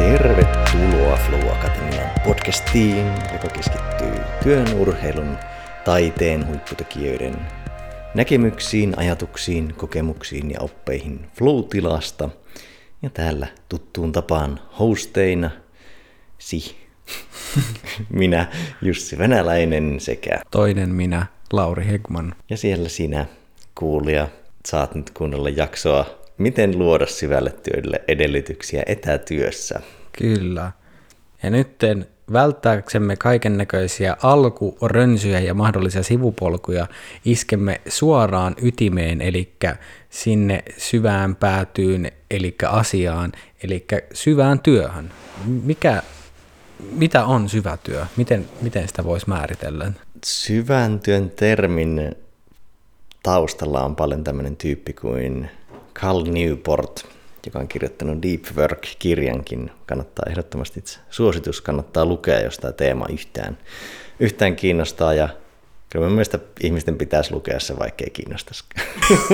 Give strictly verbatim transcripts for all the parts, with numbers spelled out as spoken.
Tervetuloa Flow Akatemian podcastiin, joka keskittyy työn, urheilun, taiteen huipputekijöiden näkemyksiin, ajatuksiin, kokemuksiin ja oppeihin Flow-tilasta. Ja täällä tuttuun tapaan hosteina si. minä Jussi Venäläinen sekä toinen minä Lauri Hegman. Ja siellä sinä kuulija saat nyt kuunnella jaksoa Miten luoda syvälle työlle edellytyksiä etätyössä. Kyllä. Ja nytten välttääksemme kaikennäköisiä alkurönsyjä ja mahdollisia sivupolkuja iskemme suoraan ytimeen, eli sinne syvään päätyyn, eli asiaan, eli syvään työhön. Mikä, mitä on syvä työ? Miten, miten sitä voisi määritellä? Syvän työn termin taustalla on paljon tämmöinen tyyppi kuin Cal Newport, joka on kirjoittanut Deep Work-kirjankin. Kannattaa ehdottomasti, suositus kannattaa lukea, jos tämä teema yhtään, yhtään kiinnostaa. Ja kyllä minun mielestä ihmisten pitäisi lukea se, vaikka ei kiinnostaisikaan.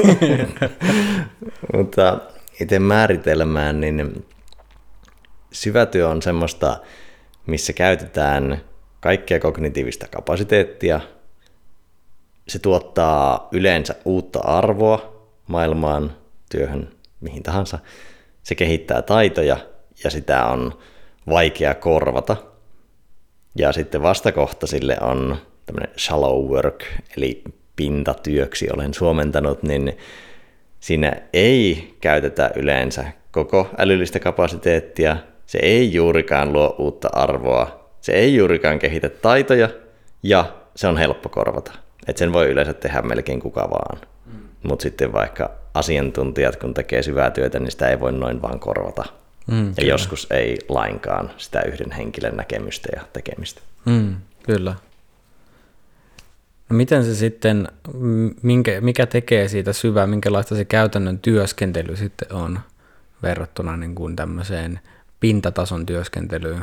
Mutta itse määritelmään, niin syvätyö on semmoista, missä käytetään kaikkea kognitiivista kapasiteettia. Se tuottaa yleensä uutta arvoa maailmaan, työhön, mihin tahansa. Se kehittää taitoja ja sitä on vaikea korvata. Ja sitten vastakohta sille on tämmöinen shallow work, eli pintatyöksi olen suomentanut, niin siinä ei käytetä yleensä koko älyllistä kapasiteettia, se ei juurikaan luo uutta arvoa, se ei juurikaan kehitä taitoja ja se on helppo korvata. Et sen voi yleensä tehdä melkein kuka vaan, mm. mutta sitten vaikka asiantuntijat, kun tekee syvää työtä, niin sitä ei voi noin vaan korvata. Mm, ja kyllä. Joskus ei lainkaan sitä yhden henkilön näkemystä ja tekemistä. Mm, kyllä. No miten se sitten, minkä, mikä tekee siitä syvää, minkälaista se käytännön työskentely sitten on verrattuna niin kuin tämmöiseen pintatason työskentelyyn?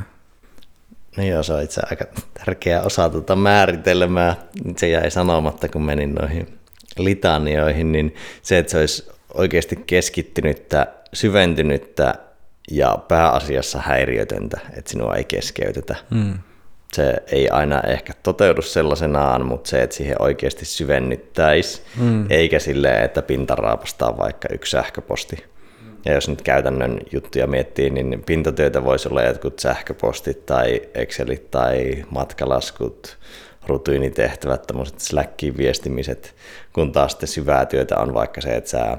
No joo, se on itse aika tärkeä osa tuota määritelmää. Se jäi sanomatta, kun menin noihin litanioihin, niin se, että se olisi oikeasti keskittynyttä, syventynyttä ja pääasiassa häiriötöntä, että sinua ei keskeytetä. Mm. Se ei aina ehkä toteudu sellaisenaan, mutta se, että siihen oikeasti syvennyttäisi, mm. eikä silleen, että pinta raapastaa vaikka yksi sähköposti. Ja jos nyt käytännön juttuja miettii, niin pintatyötä voisi olla jotkut sähköpostit tai Excelit tai matkalaskut, rutiinitehtävät, tämmöiset Slackiin viestimiset, kun taas sitten syvää työtä on vaikka se, että sä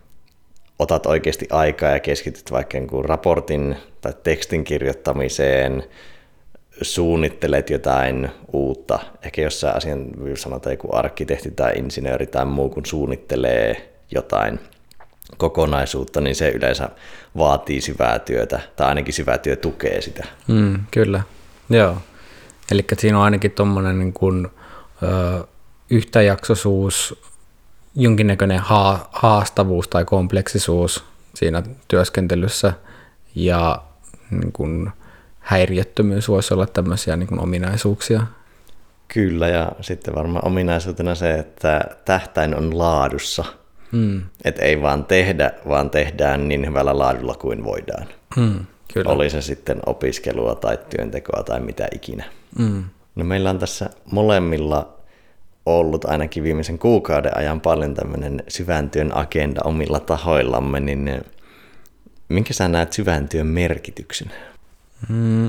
otat oikeasti aikaa ja keskityt vaikka raportin tai tekstin kirjoittamiseen, suunnittelet jotain uutta. Ehkä jossain asian sanotaan joku arkkitehti tai insinööri tai muu, kun suunnittelee jotain kokonaisuutta, niin se yleensä vaatii syvää työtä, tai ainakin syvä työ tukee sitä. Mm, kyllä, joo. Eli siinä on ainakin tuommoinen niin kuin, ö, yhtäjaksoisuus, jonkinnäköinen ha- haastavuus tai kompleksisuus siinä työskentelyssä, ja niin kuin, häiriöttömyys voisi olla tämmöisiä niin kuin ominaisuuksia. Kyllä, ja sitten varmaan ominaisuutena se, että tähtäin on laadussa. Mm. Että ei vaan tehdä, vaan tehdään niin hyvällä laadulla kuin voidaan. Mm, kyllä. Oli se sitten opiskelua tai työntekoa tai mitä ikinä. Mm. No meillä on tässä molemmilla ollut ainakin viimeisen kuukauden ajan paljon tämmöinen syvän työn agenda omilla tahoillamme, niin minkä sä näet syvän työn merkityksen? Mm.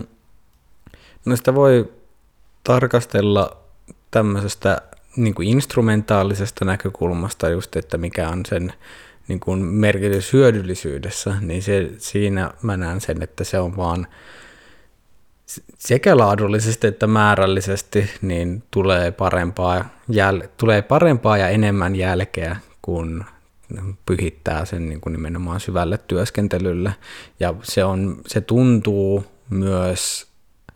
No sitä voi tarkastella tämmöisestä niin kuin instrumentaalisesta näkökulmasta just, että mikä on sen niin kuin merkitys hyödyllisyydessä, niin se, siinä mä näen sen, että se on vaan sekä laadullisesti että määrällisesti niin tulee parempaa, jäl- tulee parempaa ja enemmän jälkeä, kun pyhittää sen niin kuin nimenomaan syvälle työskentelylle. Ja se, on, se tuntuu myös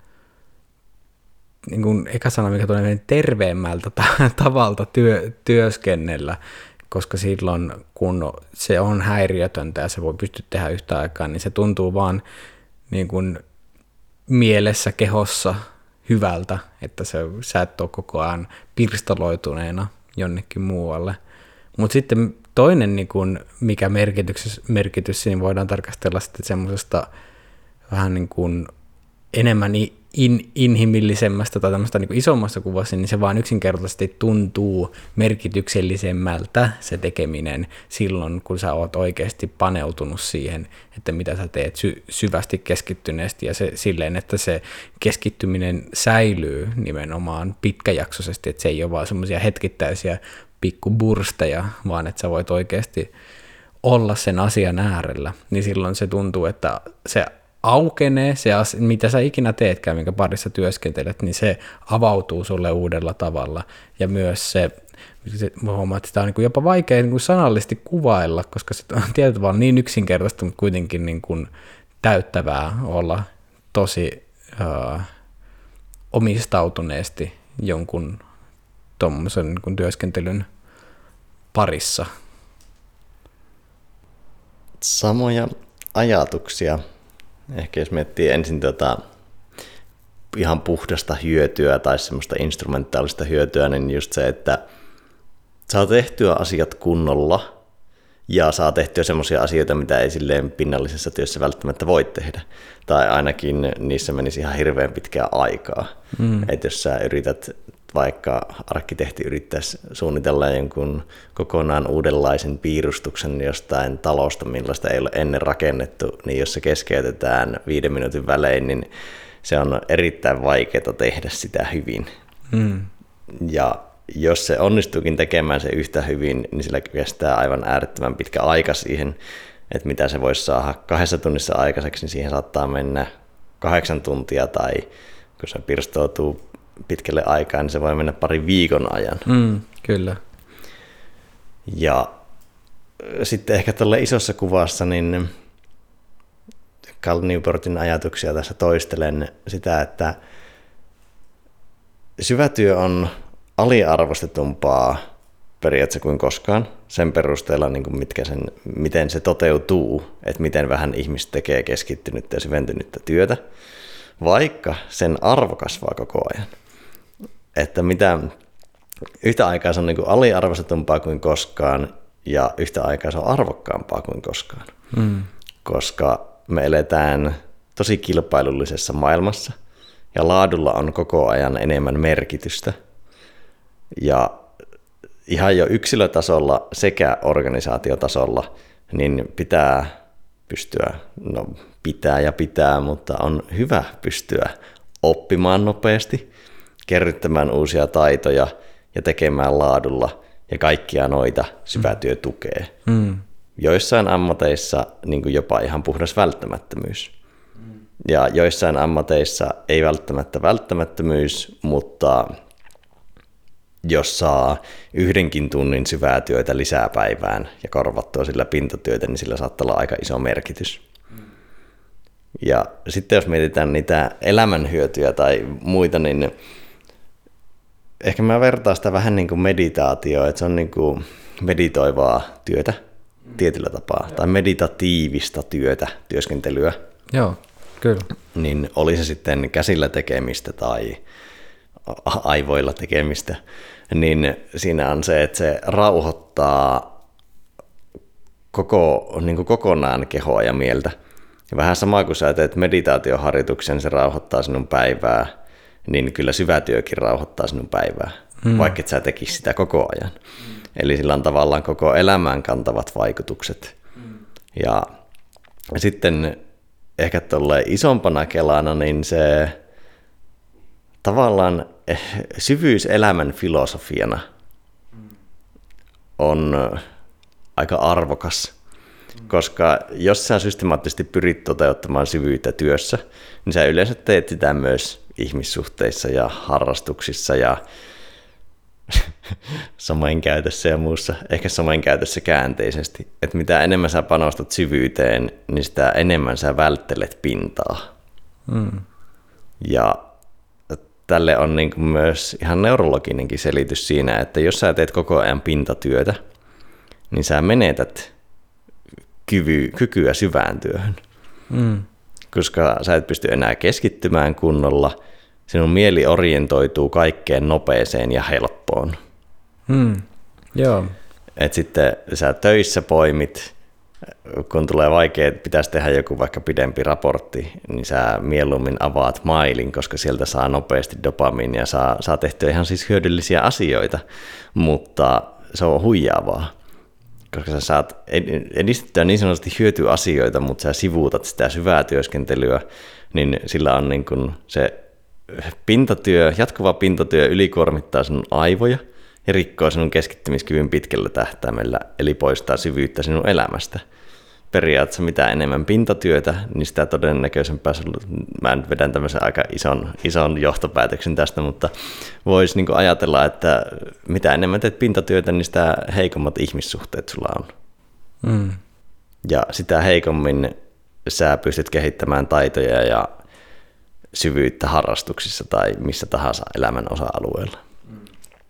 niin kuin eka sana, mikä tulee terveemmältä tavalta työ, työskennellä, koska silloin kun se on häiriötöntä ja se voi pystyä tehdä yhtä aikaa, niin se tuntuu vaan niin kuin mielessä, kehossa hyvältä, että se, sä et ole koko ajan pirstaloituneena jonnekin muualle. Mutta sitten toinen, niin kun, mikä merkitys, merkitys, niin voidaan tarkastella sitten semmoisesta vähän niin kuin enemmän in, inhimillisemmästä tai tämmöistä niin kuin isommasta kuvasta, niin se vaan yksinkertaisesti tuntuu merkityksellisemmältä se tekeminen silloin, kun sä oot oikeasti paneutunut siihen, että mitä sä teet sy- syvästi keskittyneesti ja se, silleen, että se keskittyminen säilyy nimenomaan pitkäjaksoisesti, että se ei ole vaan semmoisia hetkittäisiä pikkubursteja, vaan että sä voit oikeasti olla sen asian äärellä, niin silloin se tuntuu, että se aukenee, se asia, mitä sä ikinä teetkään, minkä parissa työskentelet, niin se avautuu sulle uudella tavalla. Ja myös se, se huomaa, että sitä on niin jopa vaikea niin kuin sanallisesti kuvailla, koska se on tietyllä tavalla niin yksinkertaista, mutta kuitenkin niin kuin täyttävää olla tosi uh, omistautuneesti jonkun tuommoisen niin kuin työskentelyn parissa. Samoja ajatuksia. Ehkä jos miettii ensin tota ihan puhdasta hyötyä tai semmoista instrumentaalista hyötyä, niin just se, että saa tehtyä asiat kunnolla ja saa tehtyä semmoisia asioita, mitä ei silleen pinnallisessa työssä välttämättä voi tehdä. Tai ainakin niissä menisi ihan hirveän pitkää aikaa. Mm. Että jos sä yrität, vaikka arkkitehti yrittäisi suunnitella jonkun kokonaan uudenlaisen piirustuksen jostain talosta, millaista ei ole ennen rakennettu, niin jos se keskeytetään viiden minuutin välein, niin se on erittäin vaikeaa tehdä sitä hyvin. Mm. Ja jos se onnistuukin tekemään se yhtä hyvin, niin sillä kestää aivan äärettömän pitkä aika siihen, että mitä se voisi saada kahdessa tunnissa aikaiseksi, niin siihen saattaa mennä kahdeksan tuntia, tai kun se pirstoutuu pitkälle aikaa, niin se voi mennä pari viikon ajan. Mm, kyllä. Ja sitten ehkä tuolla isossa kuvassa, niin Cal Newportin ajatuksia tässä toistelen sitä, että syvätyö on aliarvostetumpaa periaatteessa kuin koskaan sen perusteella, niin kuin mitkä sen, miten se toteutuu, että miten vähän ihmiset tekee keskittynyttä ja syventynyttä työtä, vaikka sen arvo kasvaa koko ajan. Että mitä yhtä aikaa se on niin kuin aliarvostetumpaa kuin koskaan ja yhtä aikaa se on arvokkaampaa kuin koskaan, mm. koska me eletään tosi kilpailullisessa maailmassa ja laadulla on koko ajan enemmän merkitystä. Ja ihan jo yksilötasolla sekä organisaatiotasolla niin pitää pystyä, no pitää ja pitää, mutta on hyvä pystyä oppimaan nopeasti, kerryttämään uusia taitoja ja tekemään laadulla, ja kaikkia noita syvätyö tukee. Mm. Joissain ammateissa niin kuin jopa ihan puhdas välttämättömyys. Mm. Ja joissain ammateissa ei välttämättä välttämättömyys, mutta jos saa yhdenkin tunnin syvää työtä lisää päivään ja korvattua sillä pintatyötä, niin sillä saattaa olla aika iso merkitys. Mm. Ja sitten jos mietitään niitä elämänhyötyjä tai muita, niin ehkä mä vertaan sitä vähän niin kuin meditaatioon, että se on niin kuin meditoivaa työtä tietyllä tapaa, mm. tai meditatiivista työtä, työskentelyä. Joo, kyllä. Niin oli se sitten käsillä tekemistä tai aivoilla tekemistä, niin siinä on se, että se rauhoittaa koko, niin kuin kokonaan kehoa ja mieltä. Ja vähän sama kuin sä teet meditaatioharjoituksen, se rauhoittaa sinun päivää, niin kyllä syvätyökin rauhoittaa sinun päivää, mm. vaikka et sä tekisi sitä koko ajan. Mm. Eli sillä on tavallaan koko elämään kantavat vaikutukset. Mm. Ja sitten ehkä tolleen isompana kelana, niin se tavallaan syvyys elämän filosofiana on aika arvokas, koska jos sä systemaattisesti pyrit toteuttamaan syvyyttä työssä, niin sä yleensä teet sitä myös ihmissuhteissa ja harrastuksissa ja samoin käytössä ja muussa, ehkä samoin käytössä käänteisesti. Että mitä enemmän sä panostat syvyyteen, niin sitä enemmän sä välttelet pintaa. Mm. Ja tälle on niin kuin myös ihan neurologinenkin selitys siinä, että jos sä teet koko ajan pintatyötä, niin sä menetät kyvy, kykyä syvään työhön. Mm. Koska sä et pysty enää keskittymään kunnolla, sinun mieli orientoituu kaikkeen nopeeseen ja helppoon. Mm. Joo. Et sitten sä töissä poimit kun tulee vaikea, että pitäisi tehdä joku vaikka pidempi raportti, niin sä mieluummin avaat mailin, koska sieltä saa nopeasti dopamiinia, saa, saa tehtyä ihan siis hyödyllisiä asioita, mutta se on huijaavaa, koska sä saat edistettyä niin sanotusti hyötyasioita, mutta sä sivuutat sitä syvää työskentelyä, niin sillä on niin kuin se pintatyö, jatkuva pintatyö ylikuormittaa sinun aivoja ja rikkoo sinun keskittymiskyvyn pitkällä tähtäimellä, eli poistaa syvyyttä sinun elämästä. Periaatteessa mitä enemmän pintatyötä, niin sitä todennäköisempää, mä nyt vedän tämmöisen aika ison, ison johtopäätöksen tästä, mutta voisi niin kuin ajatella, että mitä enemmän teet pintatyötä, niin sitä heikommat ihmissuhteet sulla on. Mm. Ja sitä heikommin sä pystyt kehittämään taitoja ja syvyyttä harrastuksissa tai missä tahansa elämän osa-alueella. Mm.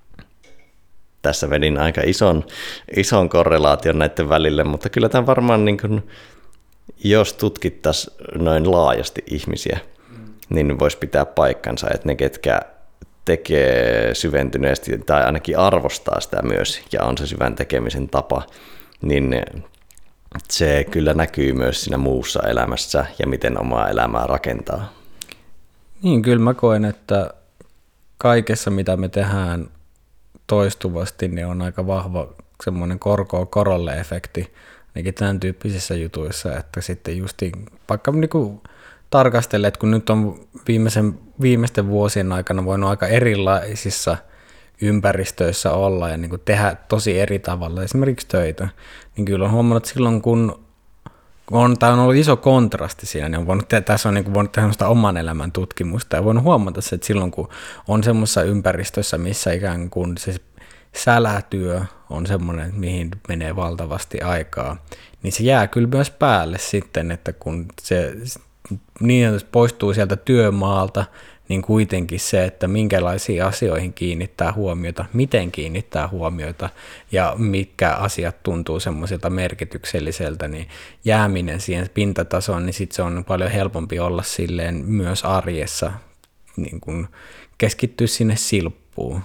Tässä vedin aika ison, ison korrelaation näiden välille, mutta kyllä tämä varmaan, niin kuin, jos tutkittaisiin noin laajasti ihmisiä, mm. niin voisi pitää paikkansa, että ne, ketkä tekee syventyneesti tai ainakin arvostaa sitä myös ja on se syvän tekemisen tapa, niin se kyllä näkyy myös siinä muussa elämässä ja miten omaa elämää rakentaa. Niin, kyllä mä koen, että kaikessa mitä me tehdään toistuvasti, niin on aika vahva semmoinen korkoa korolle efekti, ainakin tämän tyyppisissä jutuissa, että sitten justiin vaikka niinku tarkastelee, että kun nyt on viimeisen, viimeisten vuosien aikana voinut aika erilaisissa ympäristöissä olla ja niin kuin tehdä tosi eri tavalla esimerkiksi töitä, niin kyllä on huomannut, että silloin kun on, tämä on ollut iso kontrasti siinä, niin on voinut, tässä on niin kuin voinut tehdä sitä oman elämän tutkimusta ja voinut huomata se, että silloin kun on semmoisessa ympäristössä, missä ikään kuin se sälätyö on semmoinen, mihin menee valtavasti aikaa, niin se jää kyllä myös päälle sitten, että kun se niin poistuu sieltä työmaalta, niin kuitenkin se, että minkälaisiin asioihin kiinnittää huomiota, miten kiinnittää huomiota ja mitkä asiat tuntuu semmoisilta merkitykselliseltä, niin jääminen siihen pintatasoon, niin sitten se on paljon helpompi olla silleen myös arjessa, niin kun keskittyä sinne silppuun.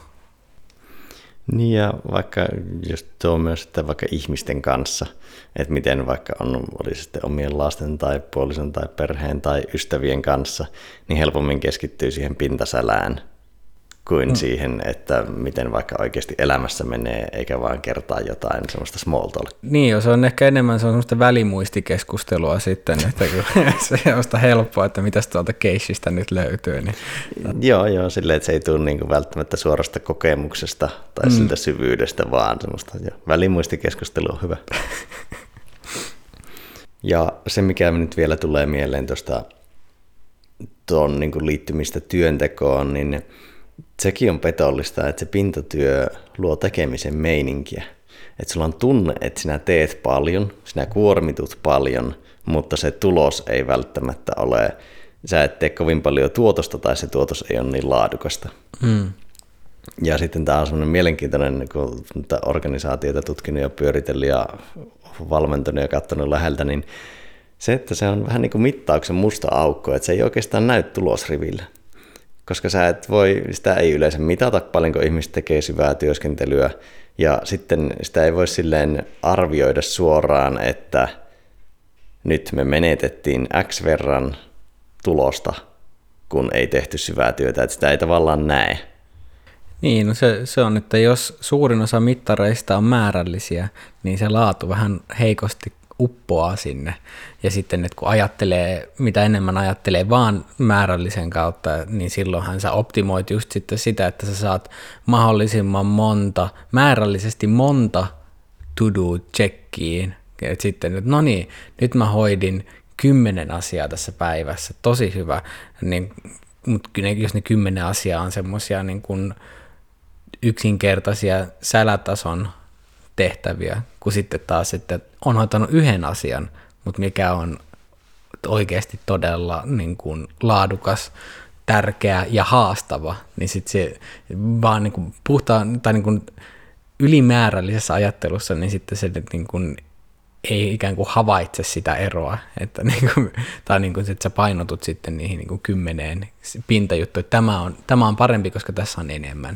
Niin ja vaikka just tuo myös että vaikka ihmisten kanssa, että miten vaikka on, oli sitten omien lasten tai puolison tai perheen tai ystävien kanssa, niin helpommin keskittyy siihen pintasälään kuin mm. siihen, että miten vaikka oikeasti elämässä menee, eikä vaan kertaa jotain semmoista small talk. Niin, se on ehkä enemmän se on semmoista välimuistikeskustelua sitten, että se on sitä helppoa, että mitäs tuolta keissistä nyt löytyy. Niin. Joo, joo, silleen, että se ei tule niinku välttämättä suorasta kokemuksesta tai mm. siltä syvyydestä, vaan semmoista jo, välimuistikeskustelu on hyvä. Ja se, mikä nyt vielä tulee mieleen tuosta tuon niinku liittymistä työntekoon, niin sekin on petollista, että se pintatyö luo tekemisen meininkiä. Että sulla on tunne, että sinä teet paljon, sinä kuormitut paljon, mutta se tulos ei välttämättä ole, sä et tee kovin paljon tuotosta tai se tuotos ei ole niin laadukasta. Mm. Ja sitten tämä on semmoinen mielenkiintoinen, kun organisaatioita tutkinut ja pyöritellyt ja valmentanut ja katsonut läheltä, niin se, että se on vähän niin kuin mittauksen musta aukko, että se ei oikeastaan näy tulosrivillä. Koska sä et voi, sitä ei yleensä mitata, paljonko ihmiset tekee syvää työskentelyä, ja sitten sitä ei voi silleen arvioida suoraan, että nyt me menetettiin X verran tulosta, kun ei tehty syvää työtä, että sitä ei tavallaan näe. Niin, no se, se on, että jos suurin osa mittareista on määrällisiä, niin se laatu vähän heikosti uppoaa sinne. Ja sitten, että kun ajattelee, mitä enemmän ajattelee vaan määrällisen kautta, niin silloinhan sä optimoit just sitten sitä, että sä saat mahdollisimman monta, määrällisesti monta to-do-checkiin. Et sitten, että no niin, nyt mä hoidin kymmenen asiaa tässä päivässä, tosi hyvä. Niin, mutta jos ne kymmenen asiaa on semmoisia niin kuin yksinkertaisia sälätason tehtäviä, kun sitten taas, että on hoitanut yhden asian, mutta mikä on oikeasti todella niin kuin laadukas, tärkeä ja haastava, niin sitten se vaan niin kuin puhtaan tai niin kuin ylimäärällisessä ajattelussa, niin sitten se niin kuin ei ikään kuin havaitse sitä eroa, että niin kuin, tai niin kuin, että sä painotut sitten niihin niin kuin kymmeneen pintajuttuun, että tämä on, tämä on parempi, koska tässä on enemmän.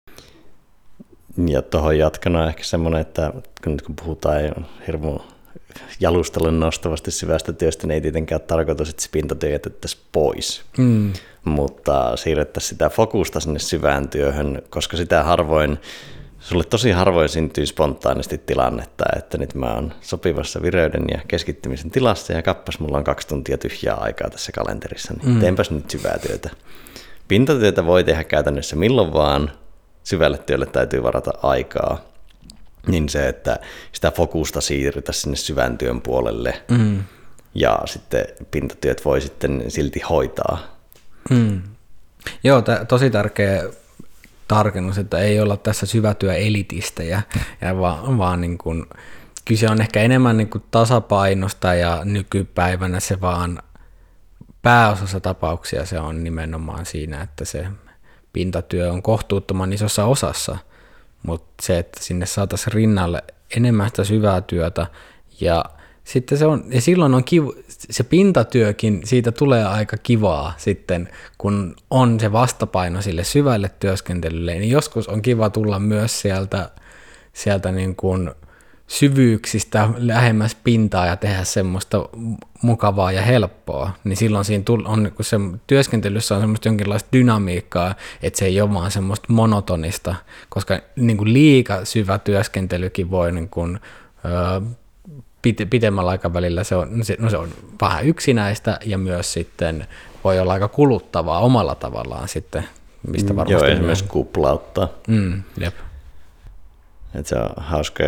Ja tuohon jatkana ehkä semmoinen, että kun nyt kun puhutaan hirmu jalustalle nostavasti syvästä työstä, niin ei tietenkään ole tarkoitus, että se pintatyö jätettäisiin pois. Mm. Mutta siirrettäisiin sitä fokusta sinne syvään työhön, koska sitä harvoin, sulle tosi harvoin syntyy spontaanisti tilannetta, että nyt mä oon sopivassa vireyden ja keskittymisen tilassa ja kappas, mulla on kaksi tuntia tyhjää aikaa tässä kalenterissa, niin mm. teenpäs nyt syvää työtä. Pintatyötä voi tehdä käytännössä milloin vaan, syvälle työlle täytyy varata aikaa, niin se, että sitä fokusta siirrytä sinne syvän työn puolelle mm. ja sitten pintatyöt voi sitten silti hoitaa. Mm. Joo, t- tosi tärkeä tarkennus, että ei olla tässä syvätyöelitistejä, ja vaan, vaan niin kuin, kyse on ehkä enemmän niin kuin tasapainosta ja nykypäivänä se vaan pääosassa tapauksia se on nimenomaan siinä, että se pintatyö on kohtuuttoman isossa osassa, mutta se, että sinne saataisiin rinnalle enemmän sitä syvää työtä ja sitten se on, ja silloin on kiva, se pintatyökin, siitä tulee aika kivaa sitten, kun on se vastapaino sille syvälle työskentelylle, niin joskus on kiva tulla myös sieltä, sieltä niin kuin syvyyksistä lähemmäs pintaa ja tehdä semmoista mukavaa ja helppoa, niin silloin siinä on, kun se työskentelyssä on semmoista jonkinlaista dynamiikkaa, että se ei ole vaan semmoista monotonista, koska niin kuin liika syvä työskentelykin voi niin kuin, öö, pitemmällä aikavälillä se on, no se on vähän yksinäistä ja myös sitten voi olla aika kuluttavaa omalla tavallaan sitten, mistä varmasti... Joo, myös kuplauttaa. Mm, jep. Et se on hauska,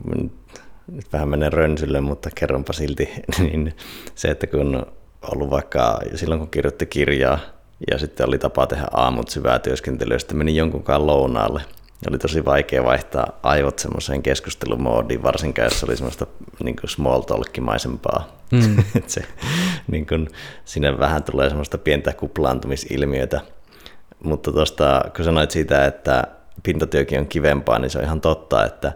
nyt vähän menee rönsylle, mutta kerronpa silti, niin se, että kun on ollut vaikka silloin kun kirjoitti kirjaa ja sitten oli tapa tehdä aamut syvää työskentelyä, sitten meni jonkunkaan lounaalle. Oli tosi vaikea vaihtaa aivot semmoiseen keskustelumoodiin, varsinkaan jos oli semmoista niin kuin small talk-maisempaa. Mm. että se, niin kuin, sinne vähän tulee semmoista pientä kuplaantumisilmiötä. Mutta tuosta, kun sanoit siitä, että pintatyökin on kivempaa, niin se on ihan totta, että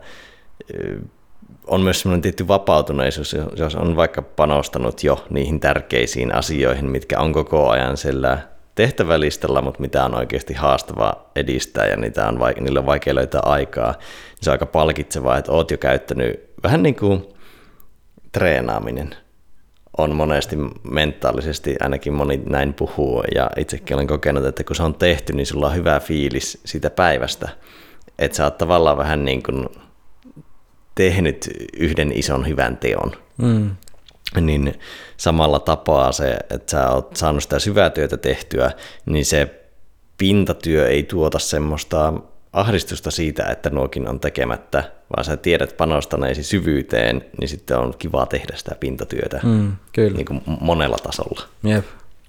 on myös semmoinen tietty vapautuneisuus, jos on vaikka panostanut jo niihin tärkeisiin asioihin, mitkä on koko ajan siellä tehtävälistalla, mutta mitä on oikeasti haastavaa edistää ja niitä on vaike- niillä on vaikea löytää aikaa, niin se on aika palkitsevaa, että oot jo käyttänyt vähän niin kuin treenaaminen on monesti mentaalisesti, ainakin moni näin puhuu ja itsekin olen kokenut, että kun se on tehty, niin sulla on hyvä fiilis siitä päivästä, että sä oot tavallaan vähän niin kuin tehnyt yhden ison hyvän teon. Mm. Niin samalla tapaa se, että sä oot saanut sitä syvää työtä tehtyä, niin se pintatyö ei tuota semmoista ahdistusta siitä, että nuokin on tekemättä, vaan sä tiedät panostaneesi syvyyteen, niin sitten on kiva tehdä sitä pintatyötä mm, kyllä. Niin kuin monella tasolla. Jep.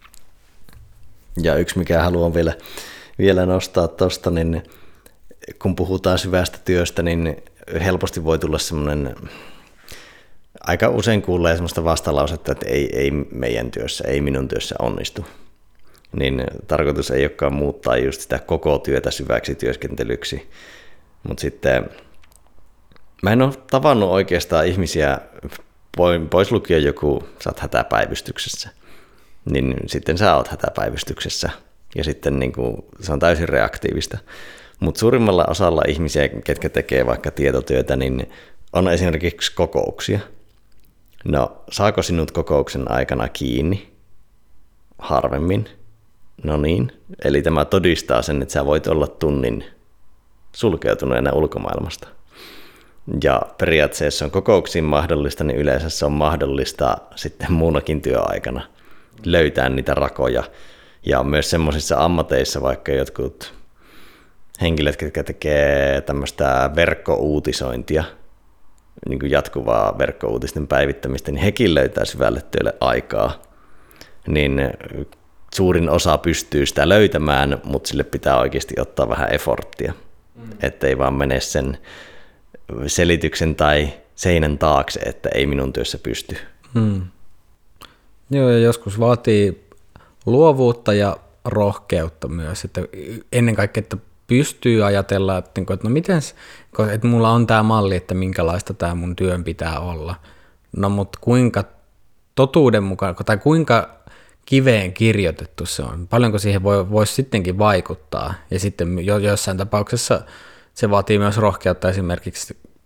Ja yksi, mikä haluan vielä, vielä nostaa tuosta, niin kun puhutaan syvästä työstä, niin helposti voi tulla semmoinen... Aika usein kuulee sellaista vastalausetta, että ei, ei meidän työssä, ei minun työssä onnistu. Niin tarkoitus ei olekaan muuttaa just sitä koko työtä syväksi työskentelyksi. Mutta sitten mä en ole tavannut oikeastaan ihmisiä, pois lukien joku, sä oot hätäpäivystyksessä. Niin sitten sä oot hätäpäivystyksessä ja sitten niin kuin, se on täysin reaktiivista. Mutta suurimmalla osalla ihmisiä, ketkä tekee vaikka tietotyötä, niin on esimerkiksi kokouksia. No, saako sinut kokouksen aikana kiinni? Harvemmin. No niin. Eli tämä todistaa sen, että sä voit olla tunnin sulkeutuneena ulkomaailmasta. Ja periaatteessa on kokouksiin mahdollista, niin yleensä se on mahdollista sitten muunakin työaikana löytää niitä rakoja. Ja myös semmoisissa ammateissa, vaikka jotkut henkilöt, jotka tekee tämmöistä verkkouutisointia, niin kuin jatkuvaa verkkouutisten päivittämistä, niin hekin löytää syvälle työlle aikaa. Niin suurin osa pystyy sitä löytämään, mutta sille pitää oikeasti ottaa vähän efforttia, mm. ettei vaan mene sen selityksen tai seinän taakse, että ei minun työssä pysty. Mm. Joo, ja joskus vaatii luovuutta ja rohkeutta myös, että ennen kaikkea, että pystyy ajatella, että, että no miten, että mulla on tämä malli, että minkälaista tämä mun työn pitää olla. No mutta kuinka totuuden mukaan, tai kuinka kiveen kirjoitettu se on, paljonko siihen voi, voisi sittenkin vaikuttaa. Ja sitten jo, jossain tapauksessa se vaatii myös rohkeutta esimerkiksi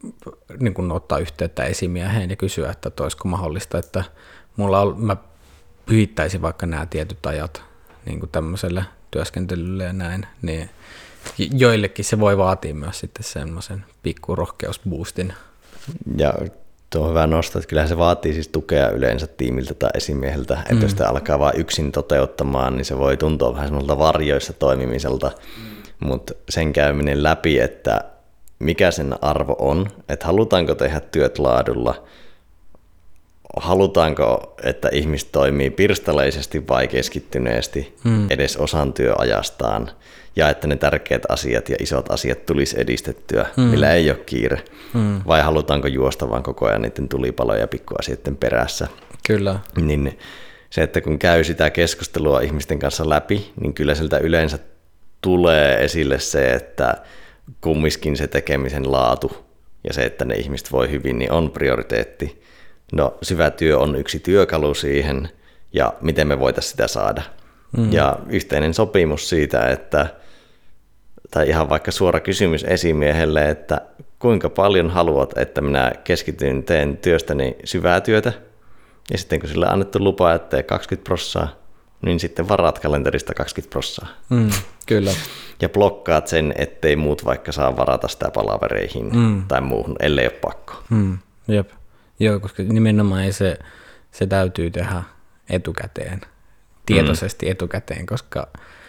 niin kuin ottaa yhteyttä esimieheen ja kysyä, että olisiko mahdollista, että mulla on, mä pyhittäisin vaikka nämä tietyt ajat niin kuin tämmöiselle työskentelylle ja näin, niin joillekin se voi vaatia myös sitten semmoisen pikku rohkeusboostin. Ja tuo on hyvä nostaa, että kyllähän se vaatii siis tukea yleensä tiimiltä tai esimieheltä, että mm. jos sitä alkaa vain yksin toteuttamaan, niin se voi tuntua vähän semmoilta varjoissa toimimiselta, mm. mutta sen käyminen läpi, että mikä sen arvo on, että halutaanko tehdä työt laadulla, halutaanko, että ihmiset toimii pirstaleisesti vai keskittyneesti mm. edes osan työajastaan, ja että ne tärkeät asiat ja isot asiat tulisi edistettyä, mm. millä ei ole kiire, mm. vai halutaanko juosta vaan koko ajan niiden tulipaloja ja pikkuasioiden perässä. Kyllä. Niin se, että kun käy sitä keskustelua ihmisten kanssa läpi, niin kyllä sieltä yleensä tulee esille se, että kumminkin se tekemisen laatu ja se, että ne ihmiset voi hyvin, niin on prioriteetti. No, syvä työ on yksi työkalu siihen, ja miten me voitaisiin sitä saada. Mm. Ja yhteinen sopimus siitä, että, tai ihan vaikka suora kysymys esimiehelle, että kuinka paljon haluat, että minä keskityn, teen työstäni syvää työtä, ja sitten kun sille on annettu lupa, että tee kaksikymmentä prosenttia, niin sitten varaat kalenterista kaksikymmentä prosenttia. Mm, kyllä. Ja blokkaat sen, ettei muut vaikka saa varata sitä palavereihin mm. tai muuhun, ellei ole pakko. Mm, jep. Joo, koska nimenomaan ei se, se täytyy tehdä etukäteen, tietoisesti mm. etukäteen, koska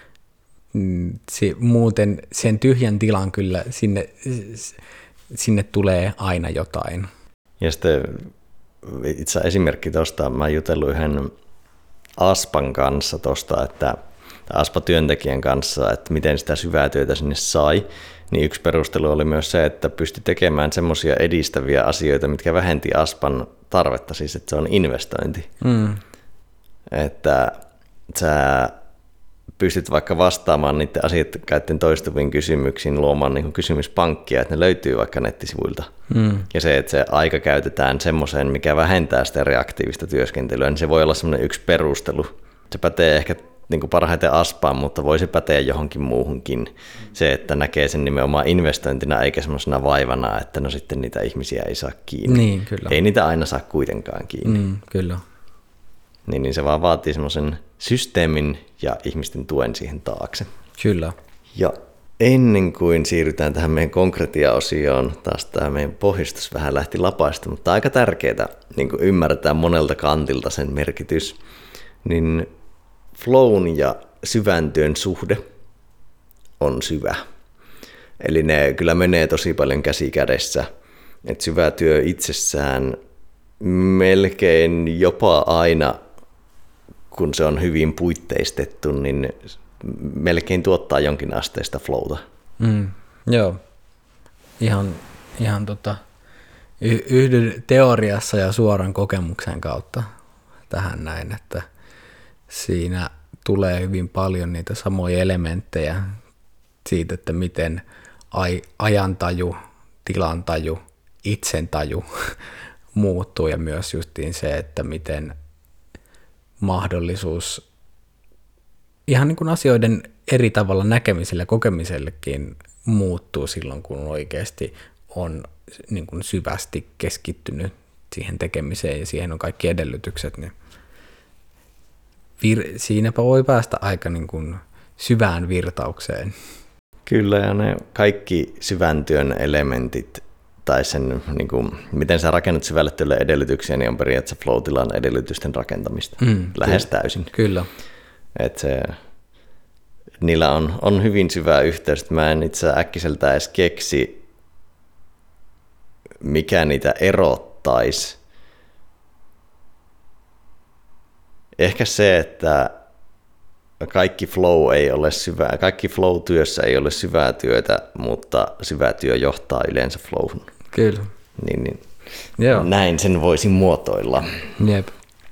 se, muuten sen tyhjän tilan kyllä sinne, sinne tulee aina jotain. Ja sitten itse esimerkki tuosta, mä oon jutellut yhden Aspan kanssa tuosta, että Aspa-työntekijän kanssa, että miten sitä syvää työtä sinne sai, niin yksi perustelu oli myös se, että pystyi tekemään semmoisia edistäviä asioita, mitkä vähenti Aspan tarvetta, siis että se on investointi. Mm. Että sä pystyt vaikka vastaamaan niiden asiakkaiden toistuviin kysymyksiin, luomaan niin kuin kysymyspankkia, että ne löytyy vaikka nettisivuilta. Mm. Ja se, että se aika käytetään semmoiseen, mikä vähentää sitä reaktiivista työskentelyä, niin se voi olla semmoinen yksi perustelu. Se pätee ehkä niin kuin parhaiten Aspaan, mutta voi se päteä johonkin muuhunkin. Se, että näkee sen nimenomaan investointina eikä semmoisena vaivana, että no sitten niitä ihmisiä ei saa kiinni. Niin, kyllä. Ei niitä aina saa kuitenkaan kiinni. Mm, kyllä. Niin, niin se vaan vaatii semmoisen systeemin ja ihmisten tuen siihen taakse. Kyllä. Ja ennen kuin siirrytään tähän meidän konkretia-osioon, taas tämä meidän pohjustus vähän lähti lapaista, mutta aika tärkeää niin kuin ymmärretään monelta kantilta sen merkitys, niin flown ja syvän työn suhde on syvä. Eli ne kyllä menee tosi paljon käsi kädessä. Et syvä työ itsessään melkein jopa aina, kun se on hyvin puitteistettu, niin melkein tuottaa jonkin asteista flowta. Mm, joo, ihan, ihan tota, y- yhdyn teoriassa ja suoran kokemuksen kautta tähän näin, että siinä tulee hyvin paljon niitä samoja elementtejä siitä, että miten aj- ajantaju, tilantaju, itsentaju muuttuu ja myös justiin se, että miten mahdollisuus ihan niin kuin asioiden eri tavalla näkemiselle ja kokemisellekin muuttuu silloin, kun oikeasti on niin kuin syvästi keskittynyt siihen tekemiseen ja siihen on kaikki edellytykset, niin vir- siinäpä voi päästä aika niin kuin syvään virtaukseen. Kyllä, ja ne kaikki syvän työn elementit tai sen, niin kuin, miten sä rakennat syvälle työlle edellytyksiä, niin on periaatteessa flow-tilan edellytysten rakentamista mm, lähes kyllä, täysin. Kyllä. Et se, niillä on, on hyvin syvä yhteys. Mä en itse äkkiseltä edes keksi, mikä niitä erottaisi. Ehkä se, että kaikki flow ei ole syvää, kaikki flow-työssä ei ole syvää työtä, mutta syvä työ johtaa yleensä flowhun. Kyllä. Niin, niin Joo. Näin sen voisin muotoilla. Jep.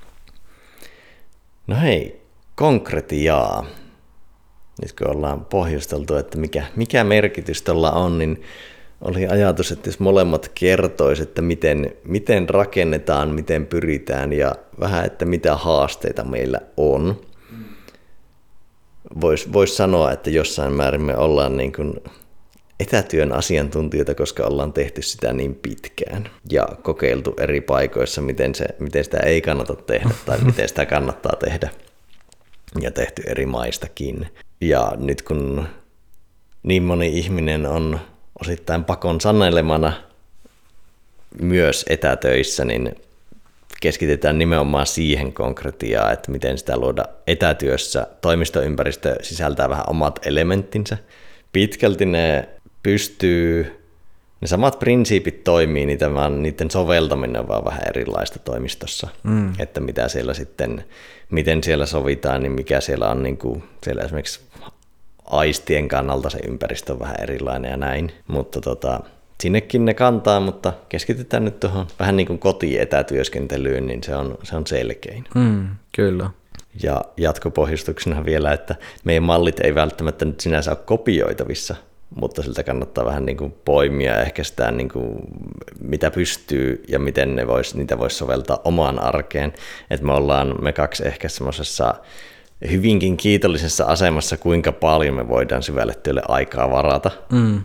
No hei, konkretiaa. Nyt kun ollaan pohjusteltu, että mikä, mikä merkitys tällä on, niin oli ajatus, että jos molemmat kertoisivat, että miten, miten rakennetaan, miten pyritään ja vähän, että mitä haasteita meillä on. Voisi vois sanoa, että jossain määrin me ollaan niin kuin etätyön asiantuntijoita, koska ollaan tehty sitä niin pitkään ja kokeiltu eri paikoissa, miten, se, miten sitä ei kannata tehdä tai miten sitä kannattaa tehdä ja tehty eri maistakin. Ja nyt kun niin moni ihminen on osittain pakon sanelemana myös etätöissä, niin keskitytään nimenomaan siihen konkretiaan, että miten sitä luoda etätyössä. Toimistoympäristö sisältää vähän omat elementtinsä. Pitkälti ne pystyy, ne samat prinsiipit toimii, niitä vaan, niiden soveltaminen on vaan vähän erilaista toimistossa. Mm. Että mitä siellä sitten, miten siellä sovitaan, niin mikä siellä on, niin kuin, siellä esimerkiksi aistien kannalta se ympäristö on vähän erilainen ja näin. Mutta tota, sinnekin ne kantaa, mutta keskitytään nyt tuohon vähän niin kuin kotietätyöskentelyyn, niin se on, se on selkein. Mm, kyllä. Ja jatkopohjustuksena vielä, että meidän mallit ei välttämättä nyt sinänsä ole kopioitavissa, mutta siltä kannattaa vähän niin kuin poimia ehkä sitä, niin kuin, mitä pystyy ja miten ne vois, niitä voisi soveltaa omaan arkeen. Että me ollaan me kaksi ehkä semmoisessa hyvinkin kiitollisessa asemassa, kuinka paljon me voidaan syvälle työlle aikaa varata. Mm.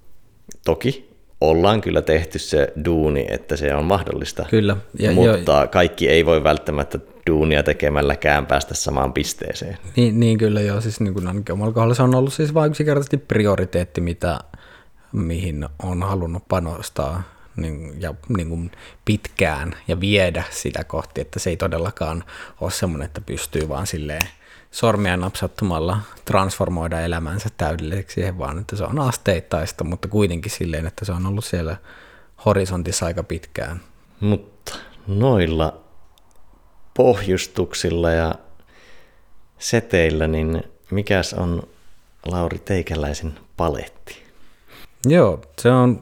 Toki ollaan kyllä tehty se duuni, että se on mahdollista, kyllä. Ja, mutta jo, kaikki ei voi välttämättä duunia tekemälläkään päästä samaan pisteeseen. Niin, niin kyllä joo, siis niin kuin ainakin omalla kohdalla se on ollut siis vain yksinkertaisesti prioriteetti, mitä, mihin on halunnut panostaa niin, ja niin kuin pitkään ja viedä sitä kohti, että se ei todellakaan ole semmoinen, että pystyy vaan silleen sormia napsattumalla transformoida elämänsä täydelliseksi siihen, vaan että se on asteittaista, mutta kuitenkin silleen, että se on ollut siellä horisontissa aika pitkään. Mutta noilla pohjustuksilla ja seteillä, niin mikäs on, Lauri, teikäläisen paletti? Joo, se on,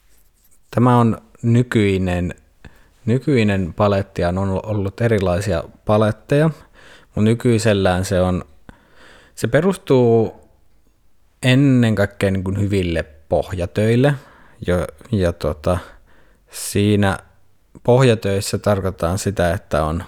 tämä on nykyinen, nykyinen paletti, on ollut erilaisia paletteja, mutta nykyisellään se on, se perustuu ennen kaikkea niin kuin hyville pohjatöille, ja, ja tota, siinä pohjatöissä tarkoitetaan sitä, että on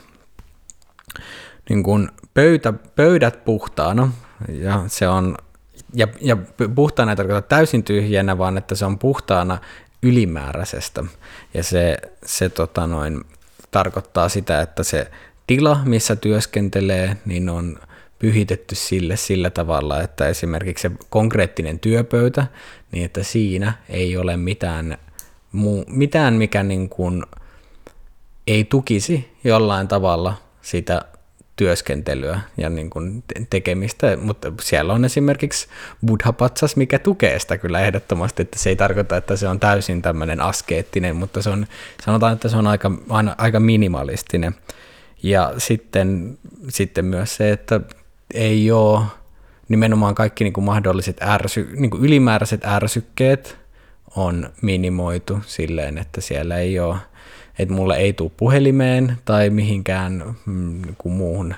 niin kuin pöytä, pöydät puhtaana, ja, se on, ja, ja puhtaana ei tarkoita täysin tyhjänä, vaan että se on puhtaana ylimääräisestä, ja se, se tota noin, tarkoittaa sitä, että se tila, missä työskentelee, niin on pyhitetty sille sillä tavalla, että esimerkiksi se konkreettinen työpöytä, niin että siinä ei ole mitään, muu, mitään mikä niin kuin ei tukisi jollain tavalla sitä työskentelyä ja niin kuin tekemistä, mutta siellä on esimerkiksi buddha-patsas, mikä tukee sitä kyllä ehdottomasti, että se ei tarkoita, että se on täysin tämmöinen askeettinen, mutta se on, sanotaan, että se on aika, aika minimalistinen. Ja sitten, sitten myös se, että ei ole nimenomaan kaikki niin kuin mahdolliset ärsy, niin kuin ylimääräiset ärsykkeet on minimoitu silleen, että siellä ei ole, että mulle ei tule puhelimeen tai mihinkään niin kuin muuhun,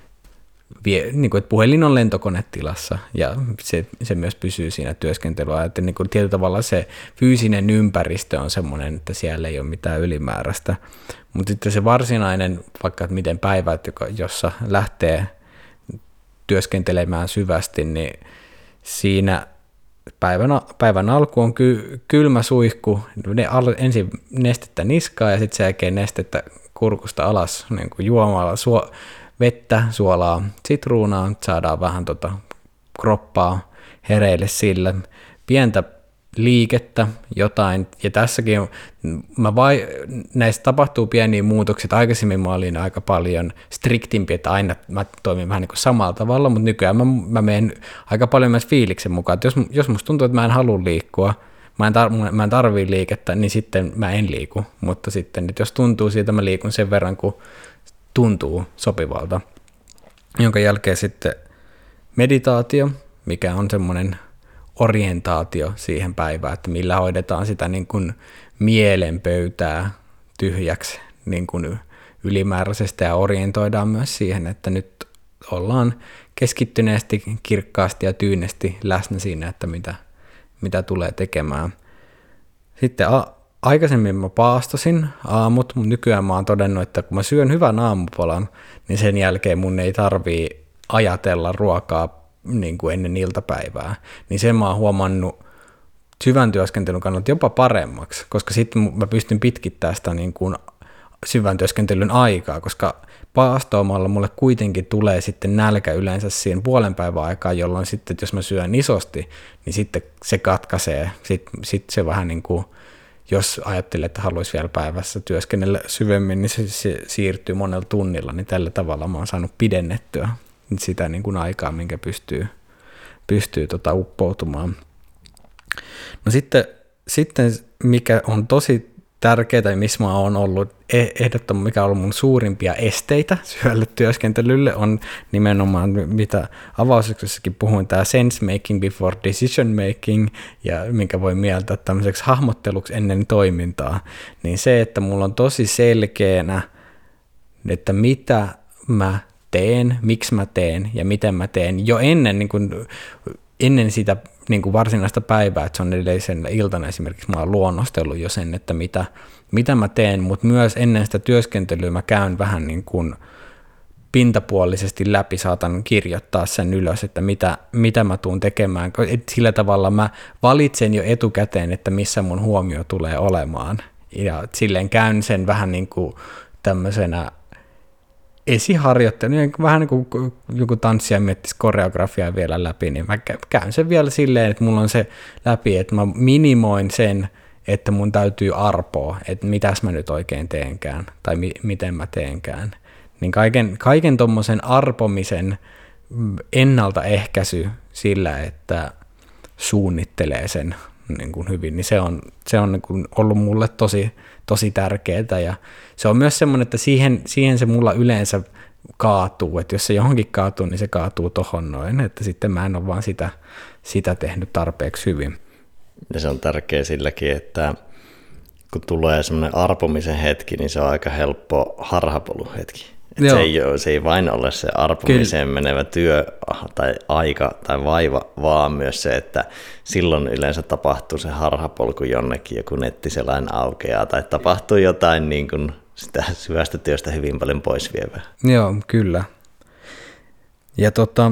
niin kuin, että puhelin on lentokonetilassa ja se, se myös pysyy siinä työskentelyä, että niin kuin tietyllä tavalla se fyysinen ympäristö on semmoinen, että siellä ei ole mitään ylimääräistä. Mutta sitten se varsinainen, vaikka että miten päivät, jossa lähtee työskentelemään syvästi, niin siinä päivän, päivän alku on ky, kylmä suihku, ne al, ensin nestettä niskaa ja sitten sen jälkeen nestettä kurkusta alas niin kuin juomalla suo, vettä, suolaa, sitruunaa, saadaan vähän tota kroppaa hereille sillä, pientä liikettä, jotain, ja tässäkin mä vai, näissä tapahtuu pieniä muutoksia, aikaisemmin mä olin aika paljon striktimpi, että aina mä toimin vähän niin kuin samalla tavalla, mutta nykyään mä, mä menen aika paljon myös fiiliksen mukaan, että jos, jos musta tuntuu, että mä en halua liikkua, mä en, tar- mä en tarvii liikettä, niin sitten mä en liiku, mutta sitten, että jos tuntuu siitä, mä liikun sen verran, kun tuntuu sopivalta, jonka jälkeen sitten meditaatio, mikä on semmoinen orientaatio siihen päivään, että millä hoidetaan sitä niin kuin mielenpöytää tyhjäksi niin kuin ylimääräisestä ja orientoidaan myös siihen, että nyt ollaan keskittyneesti, kirkkaasti ja tyynesti läsnä siinä, että mitä, mitä tulee tekemään. Sitten a- aikaisemmin mä paastosin aamut, mutta nykyään mä oon todennut, että kun mä syön hyvän aamupalan, niin sen jälkeen mun ei tarvii ajatella ruokaa niin kuin ennen iltapäivää, niin sen mä oon huomannut syvän työskentelyn kannalta jopa paremmaksi, koska sitten mä pystyn pitkittämään sitä niin kuin syvän työskentelyn aikaa, koska paastoamalla mulle kuitenkin tulee sitten nälkä yleensä siihen puolen päivän aikaa, jolloin sitten, jos mä syön isosti, niin sitten se katkaisee. Sitten sit se vähän niin kuin, jos ajattelee, että haluaisi vielä päivässä työskennellä syvemmin, niin se, se siirtyy monella tunnilla, niin tällä tavalla mä oon saanut pidennettyä sitä niin kuin aikaa, minkä pystyy, pystyy tota uppoutumaan. No sitten, sitten, mikä on tosi tärkeää, ja missä mä oon ollut ehdottoman, mikä on ollut mun suurimpia esteitä syölle työskentelylle, on nimenomaan, mitä avauksessakin puhuin, tämä sense making before decision making, ja minkä voi mieltää tämmöiseksi hahmotteluksi ennen toimintaa, niin se, että mulla on tosi selkeänä, että mitä mä teen, miksi mä teen ja miten mä teen jo ennen, niin kuin, ennen sitä niin kuin varsinaista päivää, että se on edellisen iltana esimerkiksi, mä oon luonnostellut jo sen, että mitä, mitä mä teen, mutta myös ennen sitä työskentelyä mä käyn vähän niin kuin pintapuolisesti läpi, saatan kirjoittaa sen ylös, että mitä, mitä mä tuun tekemään. Et sillä tavalla mä valitsen jo etukäteen, että missä mun huomio tulee olemaan, ja silleen käyn sen vähän niin kuin tämmöisenä esiharjoittelu, vähän niin kuin joku tanssija miettisi koreografiaa vielä läpi, niin mä käyn sen vielä silleen, että mulla on se läpi, että mä minimoin sen, että mun täytyy arpoa, että mitäs mä nyt oikein teenkään, tai mi- miten mä teenkään. Niin kaiken, kaiken tommosen arpomisen ennaltaehkäisy sillä, että suunnittelee sen niin kuin hyvin, niin se on, se on niin kuin ollut mulle tosi, tosi tärkeää, ja se on myös semmoinen, että siihen, siihen se mulla yleensä kaatuu, että jos se johonkin kaatuu, niin se kaatuu tohon noin, että sitten mä en ole vaan sitä, sitä tehnyt tarpeeksi hyvin. Ja se on tärkeä silläkin, että kun tulee semmoinen arpomisen hetki, niin se on aika helppo harhapolun hetki. Se ei, ole, se ei vain ole se arpomiseen Kyllä. menevä työ tai aika tai vaiva, vaan myös se, että silloin yleensä tapahtuu se harhapolku jonnekin, joku nettiselain aukeaa tai tapahtuu jotain niin kuin sitä syvästä työstä hyvin paljon pois vievää. Joo, kyllä. Ja tota,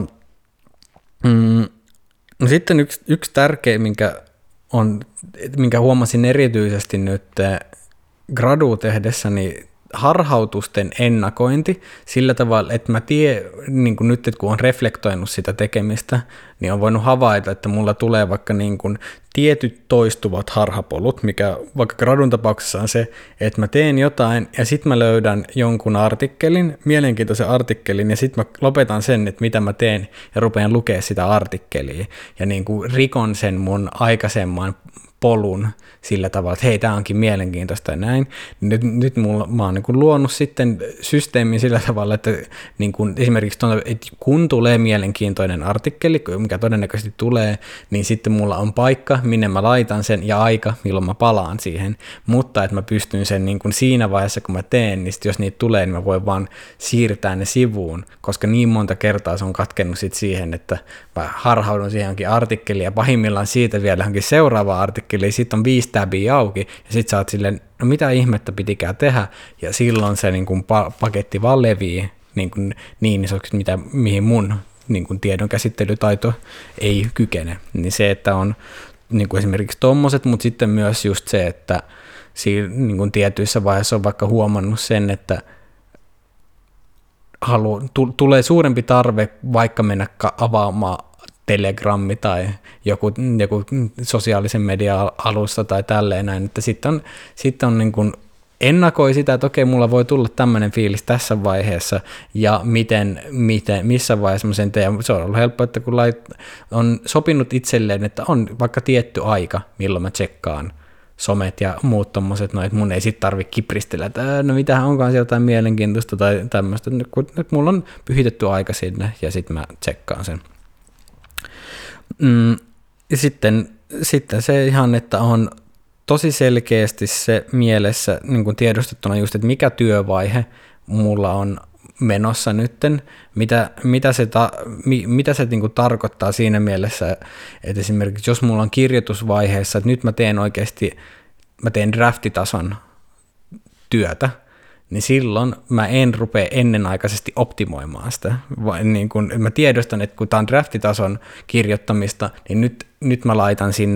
mm, no sitten yksi, yksi tärkeä, minkä, on, minkä huomasin erityisesti nyt gradu tehdessäni, harhautusten ennakointi sillä tavalla, että mä tiedän, niin kuin nyt, että kun on reflektoinut sitä tekemistä, niin on voinut havaita, että mulla tulee vaikka niin kuin tietyt toistuvat harhapolut, mikä vaikka gradun tapauksessa on se, että mä teen jotain ja sitten mä löydän jonkun artikkelin, mielenkiintoisen artikkelin, ja sitten mä lopetan sen, että mitä mä teen, ja rupean lukemaan sitä artikkelia, ja niin kuin rikon sen mun aikaisemman polun sillä tavalla, että hei, tämä onkin mielenkiintoista ja näin. Nyt, nyt mulla, mä oon niin kuin luonut sitten systeemin sillä tavalla, että niin kuin esimerkiksi tuonne, että kun tulee mielenkiintoinen artikkeli, mikä todennäköisesti tulee, niin sitten mulla on paikka, minne mä laitan sen, ja aika, milloin mä palaan siihen. Mutta että mä pystyn sen niin kuin siinä vaiheessa, kun mä teen, niin jos niitä tulee, niin mä voin vaan siirtää ne sivuun, koska niin monta kertaa se on katkennut sit siihen, että mä harhaudun siihen johonkin artikkeliin, ja pahimmillaan siitä vielä johonkin seuraavaan artikkeliin, sitten on viisi tabia auki, ja sitten sä oot silleen, no mitä ihmettä pitikään tehdä, ja silloin se niin kuin pa- paketti vaan levii niin, kuin niin isoksi, mitä, mihin mun niin kuin tiedon käsittelytaito ei kykene. Niin se, että on niin kuin esimerkiksi tommoset, mutta sitten myös just se, että siinä, niin kuin tietyissä vaiheissa on vaikka huomannut sen, että halu, t- tulee suurempi tarve vaikka mennä avaamaan Telegrammi tai joku, joku sosiaalisen median alusta tai tälleen näin, että sitten on, sit on niin kuin ennakoi sitä, että okei, mulla voi tulla tämmöinen fiilis tässä vaiheessa, ja miten, miten, missä vaiheessa mä sen teen. Se on ollut helppo, että kun lait, on sopinut itselleen, että on vaikka tietty aika, milloin mä tsekkaan somet ja muut tommoset, no, että mun ei sit tarvitse kipristellä, että no mitähän onkaan siellä jotain mielenkiintoista tai tämmöistä, että mulla on pyhitetty aika sinne, ja sitten mä tsekkaan sen. Mm, ja sitten, sitten se ihan, että on tosi selkeästi se mielessä niin kuin tiedostettuna just, että mikä työvaihe mulla on menossa nytten, mitä, mitä se, ta, mi, mitä se niin kuin tarkoittaa siinä mielessä, että esimerkiksi jos mulla on kirjoitusvaiheessa, että nyt mä teen oikeasti, mä teen draftitason työtä, niin silloin mä en rupea ennenaikaisesti optimoimaan sitä. Niin kun mä tiedostan, että kun tämä on draftitason kirjoittamista, niin nyt, nyt mä laitan sinne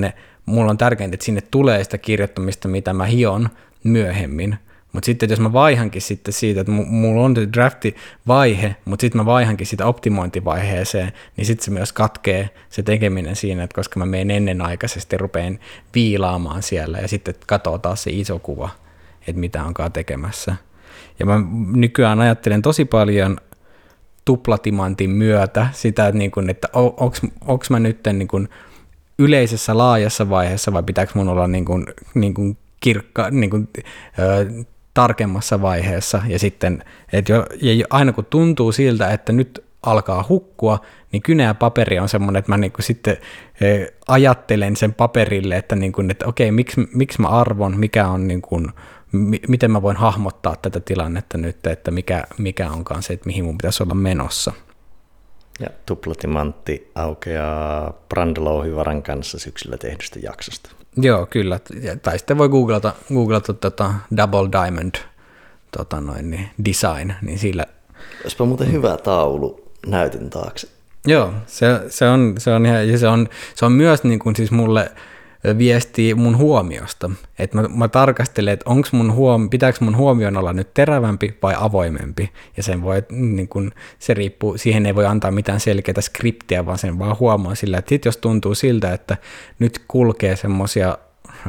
mulla on tärkeintä, että sinne tulee sitä kirjoittamista, mitä mä hion myöhemmin. Mutta sitten jos mä vaihankin sitten siitä, että mulla on drafti-vaihe, mutta sitten mä vaihankin sitä optimointivaiheeseen, niin sitten se myös katkee se tekeminen siinä, että koska mä menen ennenaikaisesti, rupean viilaamaan siellä ja sitten katsoo taas se iso kuva, että mitä onkaan tekemässä. Ja mä nykyään ajattelen tosi paljon tuplatimantin myötä sitä, että, niin kun, että onko mä nyt niin kun yleisessä laajassa vaiheessa vai pitääkö mun olla niin kun, niin kun kirkka, niin kun, ö, tarkemmassa vaiheessa, ja sitten, että jo, ja aina kun tuntuu siltä, että nyt alkaa hukkua, niin kynä ja paperi on semmoinen, että mä niin kuin sitten eh, ajattelen sen paperille, että, niin kuin, että okei, miksi, miksi mä arvon, mikä on, niin kuin, mi, miten mä voin hahmottaa tätä tilannetta nyt, että mikä, mikä onkaan se, että mihin mun pitäisi olla menossa. Ja tuplatimantti aukeaa Brandlouhivaran kanssa syksyllä tehdystä jaksosta. Joo, kyllä. Tai sitten voi googlata, googlata tota Double Diamond tota noin, niin design, niin sillä... Olisipa muuten hyvä taulu näytön taakse. Joo, se, se, on, se, on, ihan, se, on, se on myös niin kuin siis mulle viestii mun huomiosta. Että mä, mä tarkastelen, että onks mun huom, pitääkö mun huomioon olla nyt terävämpi vai avoimempi. Ja sen voi, niin kun, se riippuu, siihen ei voi antaa mitään selkeää skriptiä, vaan sen vaan huomaa sillä, että sit jos tuntuu siltä, että nyt kulkee semmosia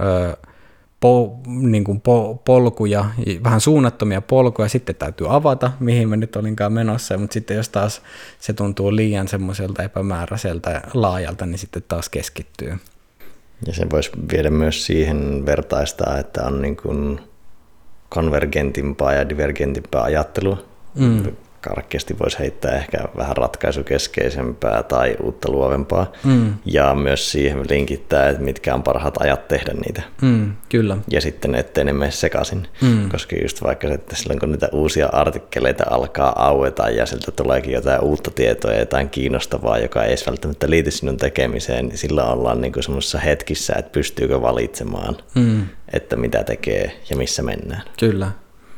po, niin kuin po, polkuja, vähän suunnattomia polkuja, sitten täytyy avata, mihin mä nyt olinkaan menossa, mutta sitten jos taas se tuntuu liian semmoiselta epämääräiseltä ja laajalta, niin sitten taas keskittyy. Ja sen voisi viedä myös siihen vertaistaa, että on niin kuin konvergentimpaa ja divergentimpaa ajattelua. Mm. Karkeasti voisi heittää ehkä vähän ratkaisukeskeisempää tai uutta luovempaa. Mm. Ja myös siihen linkittää, että mitkä on parhaat ajat tehdä niitä. Mm, kyllä. Ja sitten ettei ne mene sekaisin. Mm. Koska just vaikka että silloin kun niitä uusia artikkeleita alkaa aueta ja sieltä tuleekin jotain uutta tietoa ja jotain kiinnostavaa, joka ei edes välttämättä liity sinun tekemiseen, niin silloin ollaan niin kuin semmoisessa hetkissä, että pystyykö valitsemaan, mm. että mitä tekee ja missä mennään. Kyllä.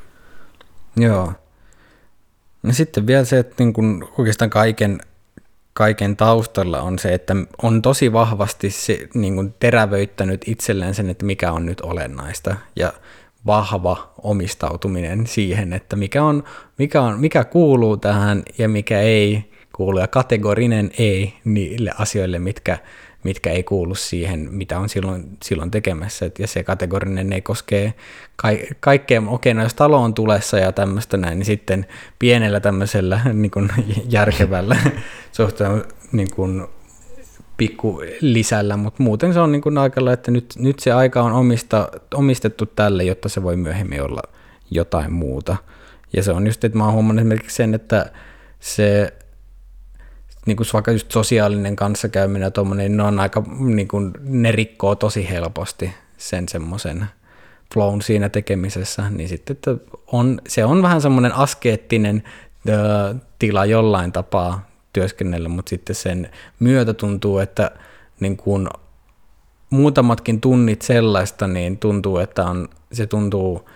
Joo. No sitten vielä se, että niin kun oikeastaan kaiken, kaiken taustalla on se, että on tosi vahvasti se, niin kun terävöittänyt itselleen sen, että mikä on nyt olennaista ja vahva omistautuminen siihen, että mikä, on, mikä, on, mikä kuuluu tähän ja mikä ei kuulu ja kategorinen ei niille asioille, mitkä, mitkä ei kuulu siihen, mitä on silloin, silloin tekemässä. Ja se kategorinen ei koskee ka- kaikkea. Okei, no jos talo on tulessa ja tämmöistä näin, niin sitten pienellä tämmöisellä niin kuin järkevällä suhteen niin kuin pikku lisällä, mutta muuten se on niin kuin aikalla, että nyt, nyt se aika on omista, omistettu tälle, jotta se voi myöhemmin olla jotain muuta. Ja se on just, että mä oon huomannut esimerkiksi sen, että se niin kuin vaikka just sosiaalinen kanssakäyminen ja tommoinen, ne on aika, niin kuin, ne rikkoo tosi helposti sen semmoisen flown siinä tekemisessä, niin sitten että on, se on vähän semmoinen askeettinen ö, tila jollain tapaa työskennellä, mutta sitten sen myötä tuntuu, että niin kuin muutamatkin tunnit sellaista, niin tuntuu, että on, se tuntuu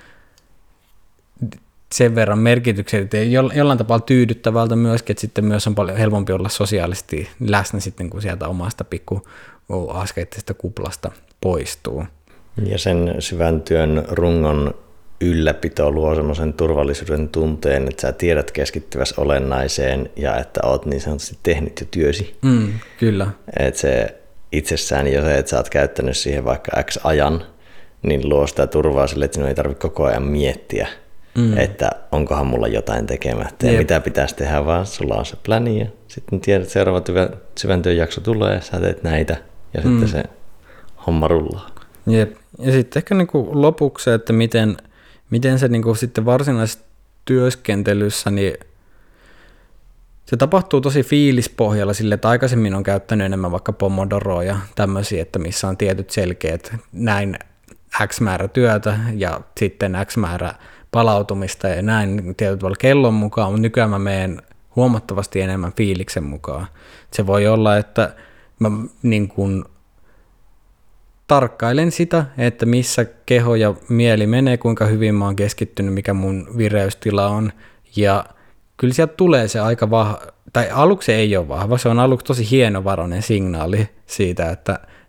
sen verran merkityksellistä ja jollain tapaa tyydyttävältä myöskin, että sitten myös on paljon helpompi olla sosiaalisesti läsnä sitten, kun sieltä omasta pikku askeettisesta kuplasta poistuu. Ja sen syvän työn rungon ylläpito luo semmoisen turvallisuuden tunteen, että sä tiedät keskittyvässä olennaiseen ja että oot niin sanotusti tehnyt jo työsi. Mm, kyllä. Että se itsessään jo se, että sä oot käyttänyt siihen vaikka X ajan, niin luo sitä turvaa sille, että sinun ei tarvitse koko ajan miettiä, mm. että onkohan mulla jotain tekemättä ja Jep. mitä pitäisi tehdä, vaan sulla on se pläni ja sitten tiedät, että seuraava tyvä, syvän työn jakso tulee, sä teet näitä ja mm. sitten se homma rullaa. Jep. Ja sitten ehkä niinku lopuksi se, että miten, miten se niinku sitten varsinaisessa työskentelyssä, niin se tapahtuu tosi fiilispohjalla sille, että aikaisemmin on käyttänyt enemmän vaikka Pomodoroa ja tämmöisiä, että missä on tietyt selkeät näin X määrä työtä ja sitten X määrä palautumista ja näin tietyt tavalla kellon mukaan, mutta nykyään mä menen huomattavasti enemmän fiiliksen mukaan. Se voi olla, että mä niin kuin tarkkailen sitä, että missä keho ja mieli menee, kuinka hyvin mä oon keskittynyt, mikä mun vireystila on, ja kyllä sieltä tulee se aika vahva, tai aluksi ei ole vahva, se on aluksi tosi hienovarainen signaali siitä, että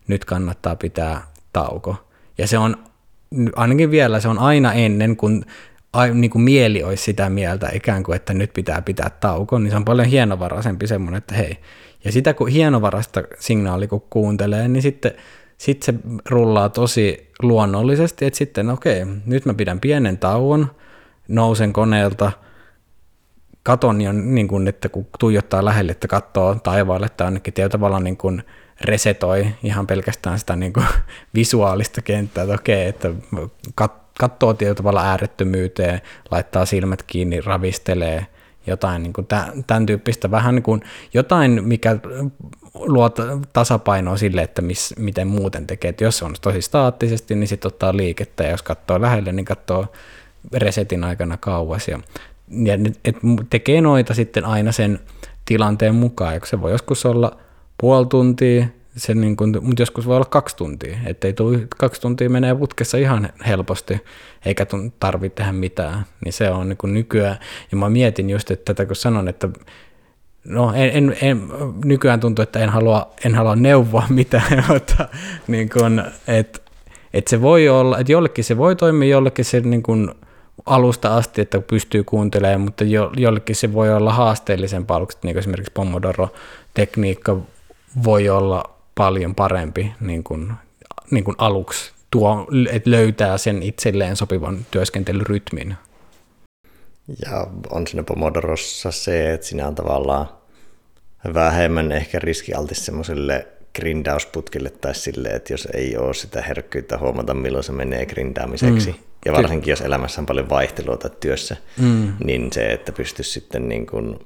nyt kannattaa pitää tauko. Ja se on, ainakin vielä se on aina ennen, kun niin kuin mieli olisi sitä mieltä ikään kuin, että nyt pitää pitää tauko, niin se on paljon hienovaraisempi semmoinen, että hei. Ja sitä kun hienovarasta signaalia kun kuuntelee, niin sitten sit se rullaa tosi luonnollisesti, että sitten okei, nyt mä pidän pienen tauon, nousen koneelta, katon jo, niin kuin, että kun tuijottaa lähelle, että katsoo taivaalle tai ainakin tietyllä tavalla niin kuin resetoi ihan pelkästään sitä niin kuin visuaalista kenttää, että okei, että kat- katsoo tietyllä tavalla äärettömyyteen, laittaa silmät kiinni, ravistelee jotain niin kuin tämän tyyppistä, vähän niin kuin jotain, mikä luo tasapainoa sille, että miss, miten muuten tekee. Et jos se on tosi staattisesti, niin sitten ottaa liikettä, ja jos katsoo lähelle, niin katsoo resetin aikana kauas. Ja, ja et tekee noita sitten aina sen tilanteen mukaan, se voi joskus olla puoli tuntia, se niin kuin, mutta joskus voi olla kaksi tuntia, ettei tule kaksi tuntia menee putkessa ihan helposti, eikä tarvitse tehdä mitään, niin se on niin kuin nykyään, ja mä mietin just, että tätä kun sanon, että no en, en, en, nykyään tuntuu, että en halua, en halua neuvoa mitään, mutta niin kuin, että, että se voi olla, että jollekin se voi toimia, jollekin se niin kuin alusta asti, että pystyy kuuntelemaan, mutta jo, jollekin se voi olla haasteellisempaa, niin kuin esimerkiksi Pomodoro-tekniikka voi olla paljon parempi niin kuin, niin kuin aluksi, tuo, että löytää sen itselleen sopivan työskentelyrytmin. Ja on siinä Pomodorossa se, että siinä on tavallaan vähemmän ehkä riskialtis semmoiselle grindausputkille tai sille, että jos ei ole sitä herkkyyttä huomata, milloin se menee grindaamiseksi, mm. ja varsinkin jos elämässä on paljon vaihtelua tai työssä, mm. niin se, että pystyisi sitten niin kuin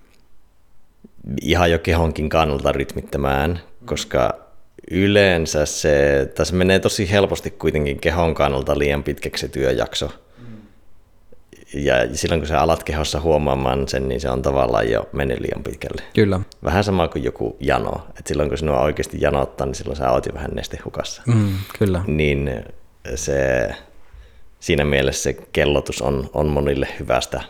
ihan jo kehonkin kannalta rytmittämään, koska yleensä se, tässä menee tosi helposti kuitenkin kehon kannalta liian pitkäksi se työjakso. Ja silloin kun sä alat kehossa huomaamaan sen, niin se on tavallaan jo mennyt liian pitkälle. Kyllä. Vähän sama kuin joku jano. Et silloin kun sinua oikeasti janottaa, niin silloin sä oot jo vähän nestehukassa. Mm, kyllä. Niin se, siinä mielessä se kellotus on, on monille hyvästä.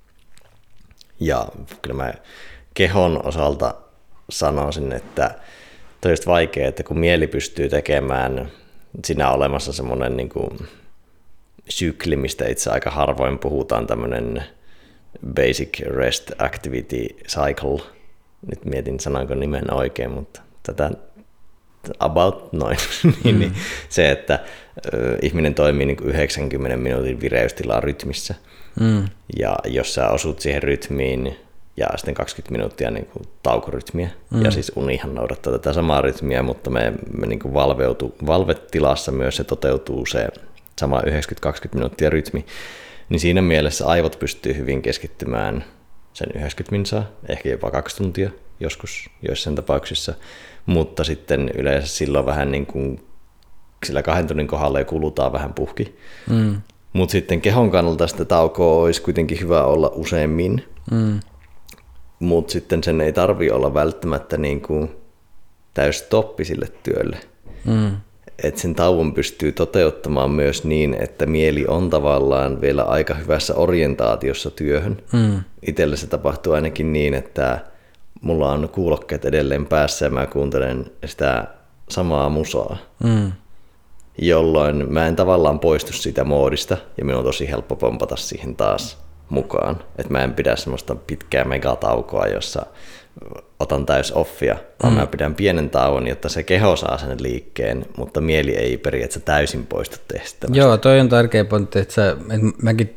Ja kyllä mä kehon osalta sanoisin, että toi on just vaikea, että kun mieli pystyy tekemään, siinä on olemassa semmoinen niin kuin sykli, mistä itse aika harvoin puhutaan, tämmöinen basic rest activity cycle. Nyt mietin, sanoinko nimen oikein, mutta tätä about noin. niin, mm. Se, että ö, ihminen toimii niin kuin yhdeksänkymmentä minuutin vireystilaa rytmissä. Mm. Ja jos sä osut siihen rytmiin ja sitten kaksikymmentä minuuttia niin kuin taukorytmiä, mm. ja siis unihan noudattaa tätä samaa rytmiä, mutta me, me niin kuin valveutu, valvetilassa myös se toteutuu se sama yhdeksänkymmentä kaksikymmentä minuuttia rytmi, niin siinä mielessä aivot pystyy hyvin keskittymään sen yhdeksänkymmentä minsaa, ehkä jopa kaksi tuntia joskus joissain tapauksissa, mutta sitten yleensä silloin vähän niin kuin sillä kahden tunnin kohdalla kulutaan vähän puhki. Mm. Mutta sitten kehon kannalta sitä taukoa olisi kuitenkin hyvä olla useammin, mm. mutta sitten sen ei tarvitse olla välttämättä niin kuin täys stoppi sille työlle. Mm. Että sen tauon pystyy toteuttamaan myös niin, että mieli on tavallaan vielä aika hyvässä orientaatiossa työhön. Mm. Itsellä se tapahtuu ainakin niin, että mulla on kuulokkeet edelleen päässä ja mä kuuntelen sitä samaa musaa, mm. jolloin mä en tavallaan poistu siitä moodista ja minun on tosi helppo pompata siihen taas mukaan. Että mä en pidä semmoista pitkää megataukoa, jossa otan täys offia, vaan mm. mä pidän pienen tauon, jotta se keho saa sen liikkeen, mutta mieli ei periaatteessa täysin poistu tehtävästä. Joo, toi on tärkeä pointti, että, sä, että mäkin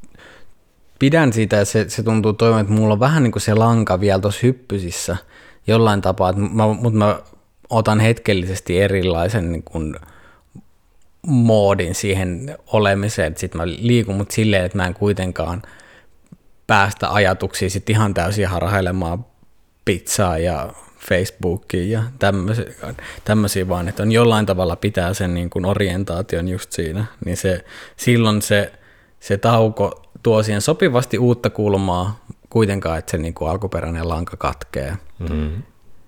pidän siitä, että se, se tuntuu toimia, että mulla on vähän niin kuin se lanka vielä tuossa hyppysissä jollain tapaa, että mä, mutta mä otan hetkellisesti erilaisen niin kuin moodin siihen olemiseen, että sit mä liikun, mutta silleen, että mä en kuitenkaan päästä ajatuksiin sit ihan täysin harhailemaan pizzaa ja Facebookia ja tämmöisiä, tämmöisiä vaan, että on jollain tavalla pitää sen niin kuin orientaation just siinä, niin se, silloin se, se tauko tuo siihen sopivasti uutta kulmaa, kuitenkaan, että se niin kuin alkuperäinen lanka katkee. Mm-hmm.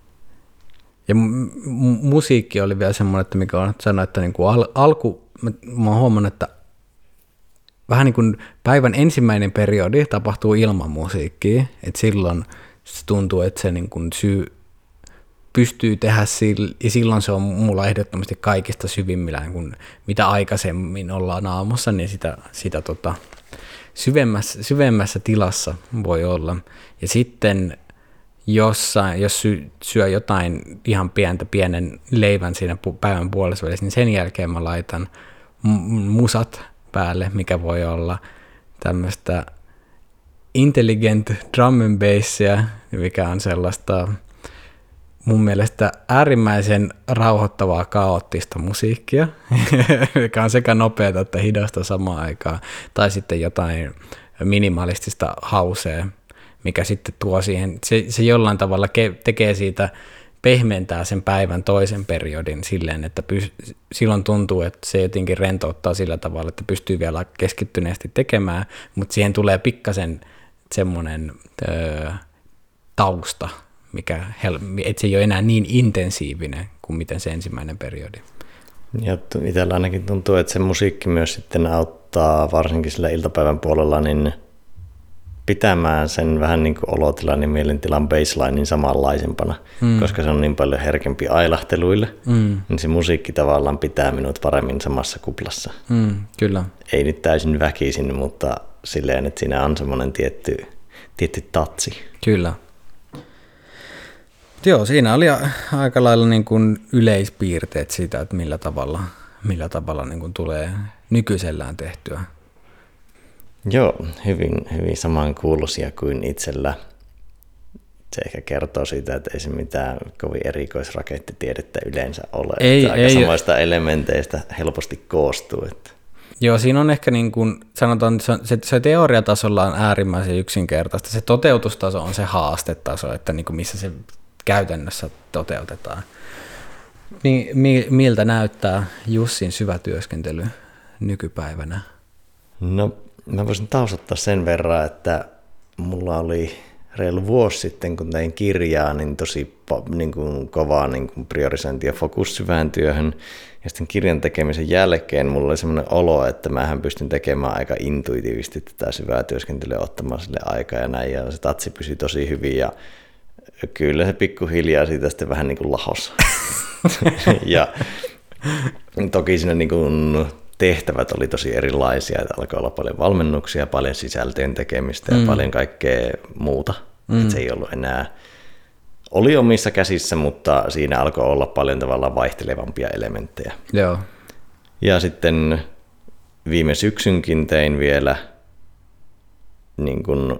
Ja mu- musiikki oli vielä semmoinen, että mikä on sanonut, että niin kuin al- alku, mä, mä oon huomannut, että vähän niin kuin päivän ensimmäinen periodi tapahtuu ilman musiikkia, että silloin se tuntuu, että se niin kuin syy, pystyy tehdä sillä, ja silloin se on mulla ehdottomasti kaikista syvimmillään, kun mitä aikaisemmin ollaan aamussa, niin sitä, sitä tota, syvemmässä, syvemmässä tilassa voi olla. Ja sitten jossain, jos sy, syö jotain ihan pientä, pienen leivän siinä päivän puolessa välissä, niin sen jälkeen mä laitan musat päälle, mikä voi olla tämmöistä intelligent drum and bassia, mikä on sellaista mun mielestä äärimmäisen rauhoittavaa, kaoottista musiikkia, mikä on sekä nopeata että hidasta samaan aikaan, tai sitten jotain minimalistista hausea, mikä sitten tuo siihen, se, se jollain tavalla ke, tekee siitä, pehmentää sen päivän toisen periodin silleen, että pys- silloin tuntuu, että se jotenkin rentouttaa sillä tavalla, että pystyy vielä keskittyneesti tekemään, mutta siihen tulee pikkasen semmoinen öö, tausta, mikä, että se ei ole enää niin intensiivinen kuin miten se ensimmäinen periodi. Ja itsellä ainakin tuntuu, että se musiikki myös sitten auttaa varsinkin sillä iltapäivän puolella niin pitämään sen vähän niin kuin olotilan ja mielentilan baselinein samanlaisempana, mm. koska se on niin paljon herkempi ailahteluille, mm. niin se musiikki tavallaan pitää minut paremmin samassa kuplassa. Mm, kyllä. Ei nyt täysin väkisin, mutta silleen, että siinä on semmoinen tietty, tietty tatsi. Kyllä. Joo, siinä oli aika lailla niin kuin yleispiirteet siitä, että millä tavalla, millä tavalla niin kuin tulee nykyisellään tehtyä. Joo, hyvin, hyvin samankuuluisia kuin itsellä. Se ehkä kertoo siitä, että ei se mitään kovin erikoisrakettitiedettä yleensä ole. Ei, aika ei, samoista elementeistä helposti koostuu. Että. Joo, siinä on ehkä niin kuin sanotaan, se, se teoriatasolla on äärimmäisen yksinkertaista. Se toteutustaso on se haastetaso, että niin kuin missä se käytännössä toteutetaan. Mi, miltä näyttää Jussin syvä työskentely nykypäivänä? No, mä voisin taustottaa sen verran, että mulla oli reilu vuosi sitten, kun tein kirjaa, niin tosi niin kuin, kovaa niin kuin priorisointi ja fokus syvään työhön. Ja sitten kirjan tekemisen jälkeen mulla oli semmoinen olo, että mähän pystyn tekemään aika intuitiivisesti tätä syvää työskentelyä, ottamaan sille aikaa ja näin. Ja se tatsi pysyi tosi hyvin ja kyllä se pikkuhiljaa siitä sitten vähän niin kuin lahos. Ja toki siinä niin kuin tehtävät oli tosi erilaisia, että alkoi olla paljon valmennuksia, paljon sisältöjen tekemistä ja mm. paljon kaikkea muuta. Mm. Että se ei ollut enää, oli omissa käsissä, mutta siinä alkoi olla paljon tavallaan vaihtelevampia elementtejä. Joo. Ja sitten viime syksynkin tein vielä niin kuin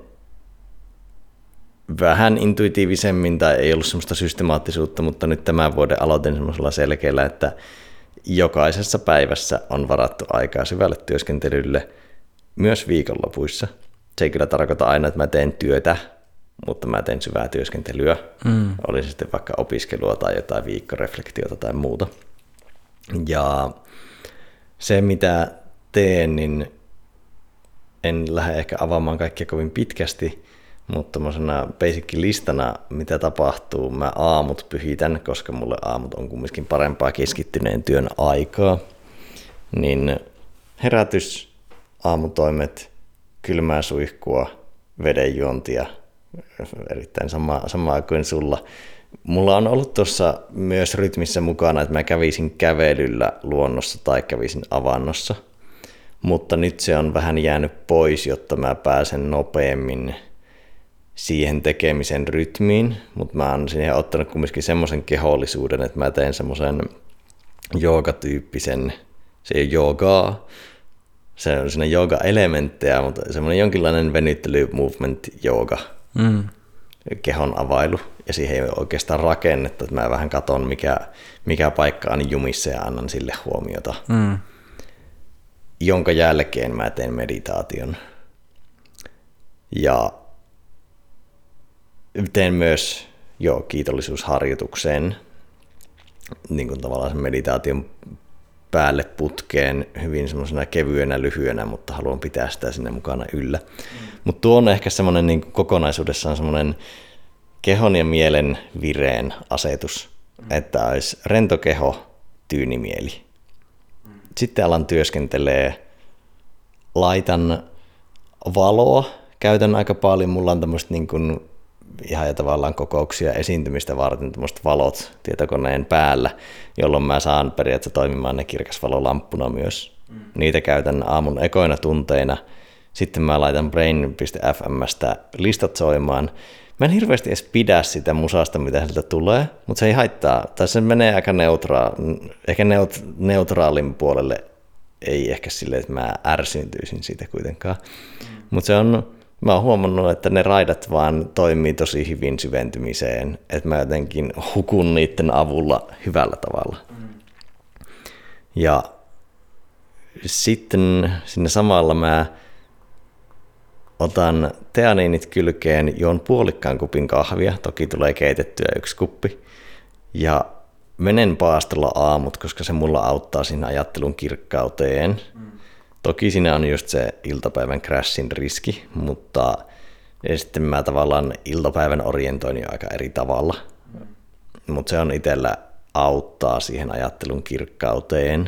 vähän intuitiivisemmin, tai ei ollut semmoista systemaattisuutta, mutta nyt tämän vuoden aloitin semmoisella selkeällä, että jokaisessa päivässä on varattu aikaa syvälle työskentelylle, myös viikonlopuissa. Se ei kyllä tarkoita aina, että mä teen työtä, mutta mä teen syvää työskentelyä. Mm. Oli se sitten vaikka opiskelua tai jotain viikkoreflektiota tai muuta. Ja se, mitä teen, niin en lähde ehkä avaamaan kaikkia kovin pitkästi, mutta tommosena basic-listana, mitä tapahtuu, mä aamut pyhitän, koska mulle aamut on kumminkin parempaa keskittyneen työn aikaa. Niin herätys, aamutoimet, kylmää suihkua, vedenjuontia, erittäin sama, samaa kuin sulla. Mulla on ollut tuossa myös rytmissä mukana, että mä kävisin kävelyllä luonnossa tai kävisin avannossa, mutta nyt se on vähän jäänyt pois, jotta mä pääsen nopeammin siihen tekemisen rytmiin, mutta mä oon siihen ottanut kumminkin semmoisen kehollisuuden, että mä teen semmoisen joogatyyppisen, se ei ole joogaa, se on siinä jooga-elementtejä, mutta semmoinen jonkinlainen venyttely, movement, jooga, mm. kehon availu, ja siihen ei ole oikeastaan rakennetta, että mä vähän katon, mikä, mikä paikka on jumissa ja annan sille huomiota, mm. jonka jälkeen mä teen meditaation. Ja teen myös joo, kiitollisuusharjoituksen, niin kuin tavallaan sen meditaation päälle putkeen hyvin semmoisena kevyenä, lyhyenä, mutta haluan pitää sitä sinne mukana yllä. Mm. Mutta tuo on ehkä semmoinen niin kokonaisuudessaan semmoinen kehon ja mielen vireen asetus, mm. että olisi rento keho, tyyni mieli. Mm. Sitten alan työskentelee, laitan valoa, käytän aika paljon, mulla on tämmöistä niin kuin ihan ja tavallaan kokouksia esiintymistä varten tämmöiset valot tietokoneen päällä, jolloin mä saan periaatteessa toimimaan ne kirkasvalolamppuna myös. Mm. Niitä käytän aamun ekoina tunteina. Sitten mä laitan brain piste f m:stä listat soimaan. Mä en hirveästi edes pidä sitä musasta, mitä sieltä tulee, mutta se ei haittaa. Tai se menee aika neutra- ehkä neut- neutraalin puolelle. Ei ehkä silleen, että mä ärsyyntyisin siitä kuitenkaan. Mm. Mutta se on, mä oon huomannut, että ne raidat vaan toimii tosi hyvin syventymiseen. Että mä jotenkin hukun niiden avulla hyvällä tavalla. Mm. Ja sitten sinne samalla mä otan teaniinit kylkeen, juon puolikkaan kupin kahvia, toki tulee keitettyä yksi kuppi, ja menen paastolla aamut, koska se mulla auttaa siinä ajattelun kirkkauteen. Mm. Toki siinä on just se iltapäivän crashin riski, mutta sitten mä tavallaan iltapäivän orientoin jo aika eri tavalla. Mm. Mutta se on itsellä auttaa siihen ajattelun kirkkauteen.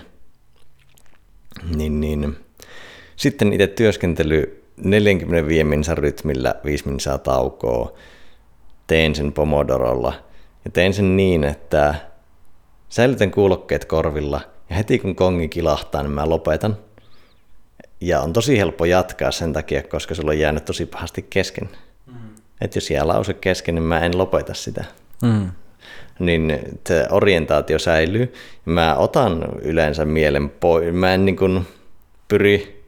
Niin, niin. Sitten itse työskentely neljäkymmentäviisi minsan rytmillä, viisi minsaa taukoa. Teen sen Pomodorolla ja teen sen niin, että säilytän kuulokkeet korvilla ja heti kun kongi kilahtaa, niin mä lopetan. Ja on tosi helppo jatkaa sen takia, koska sulla on jäänyt tosi pahasti kesken. Mm. Että jos jää lause kesken, niin mä en lopeta sitä. Mm. Niin se orientaatio säilyy. Mä otan yleensä mielen pois. Mä en niin kuin pyri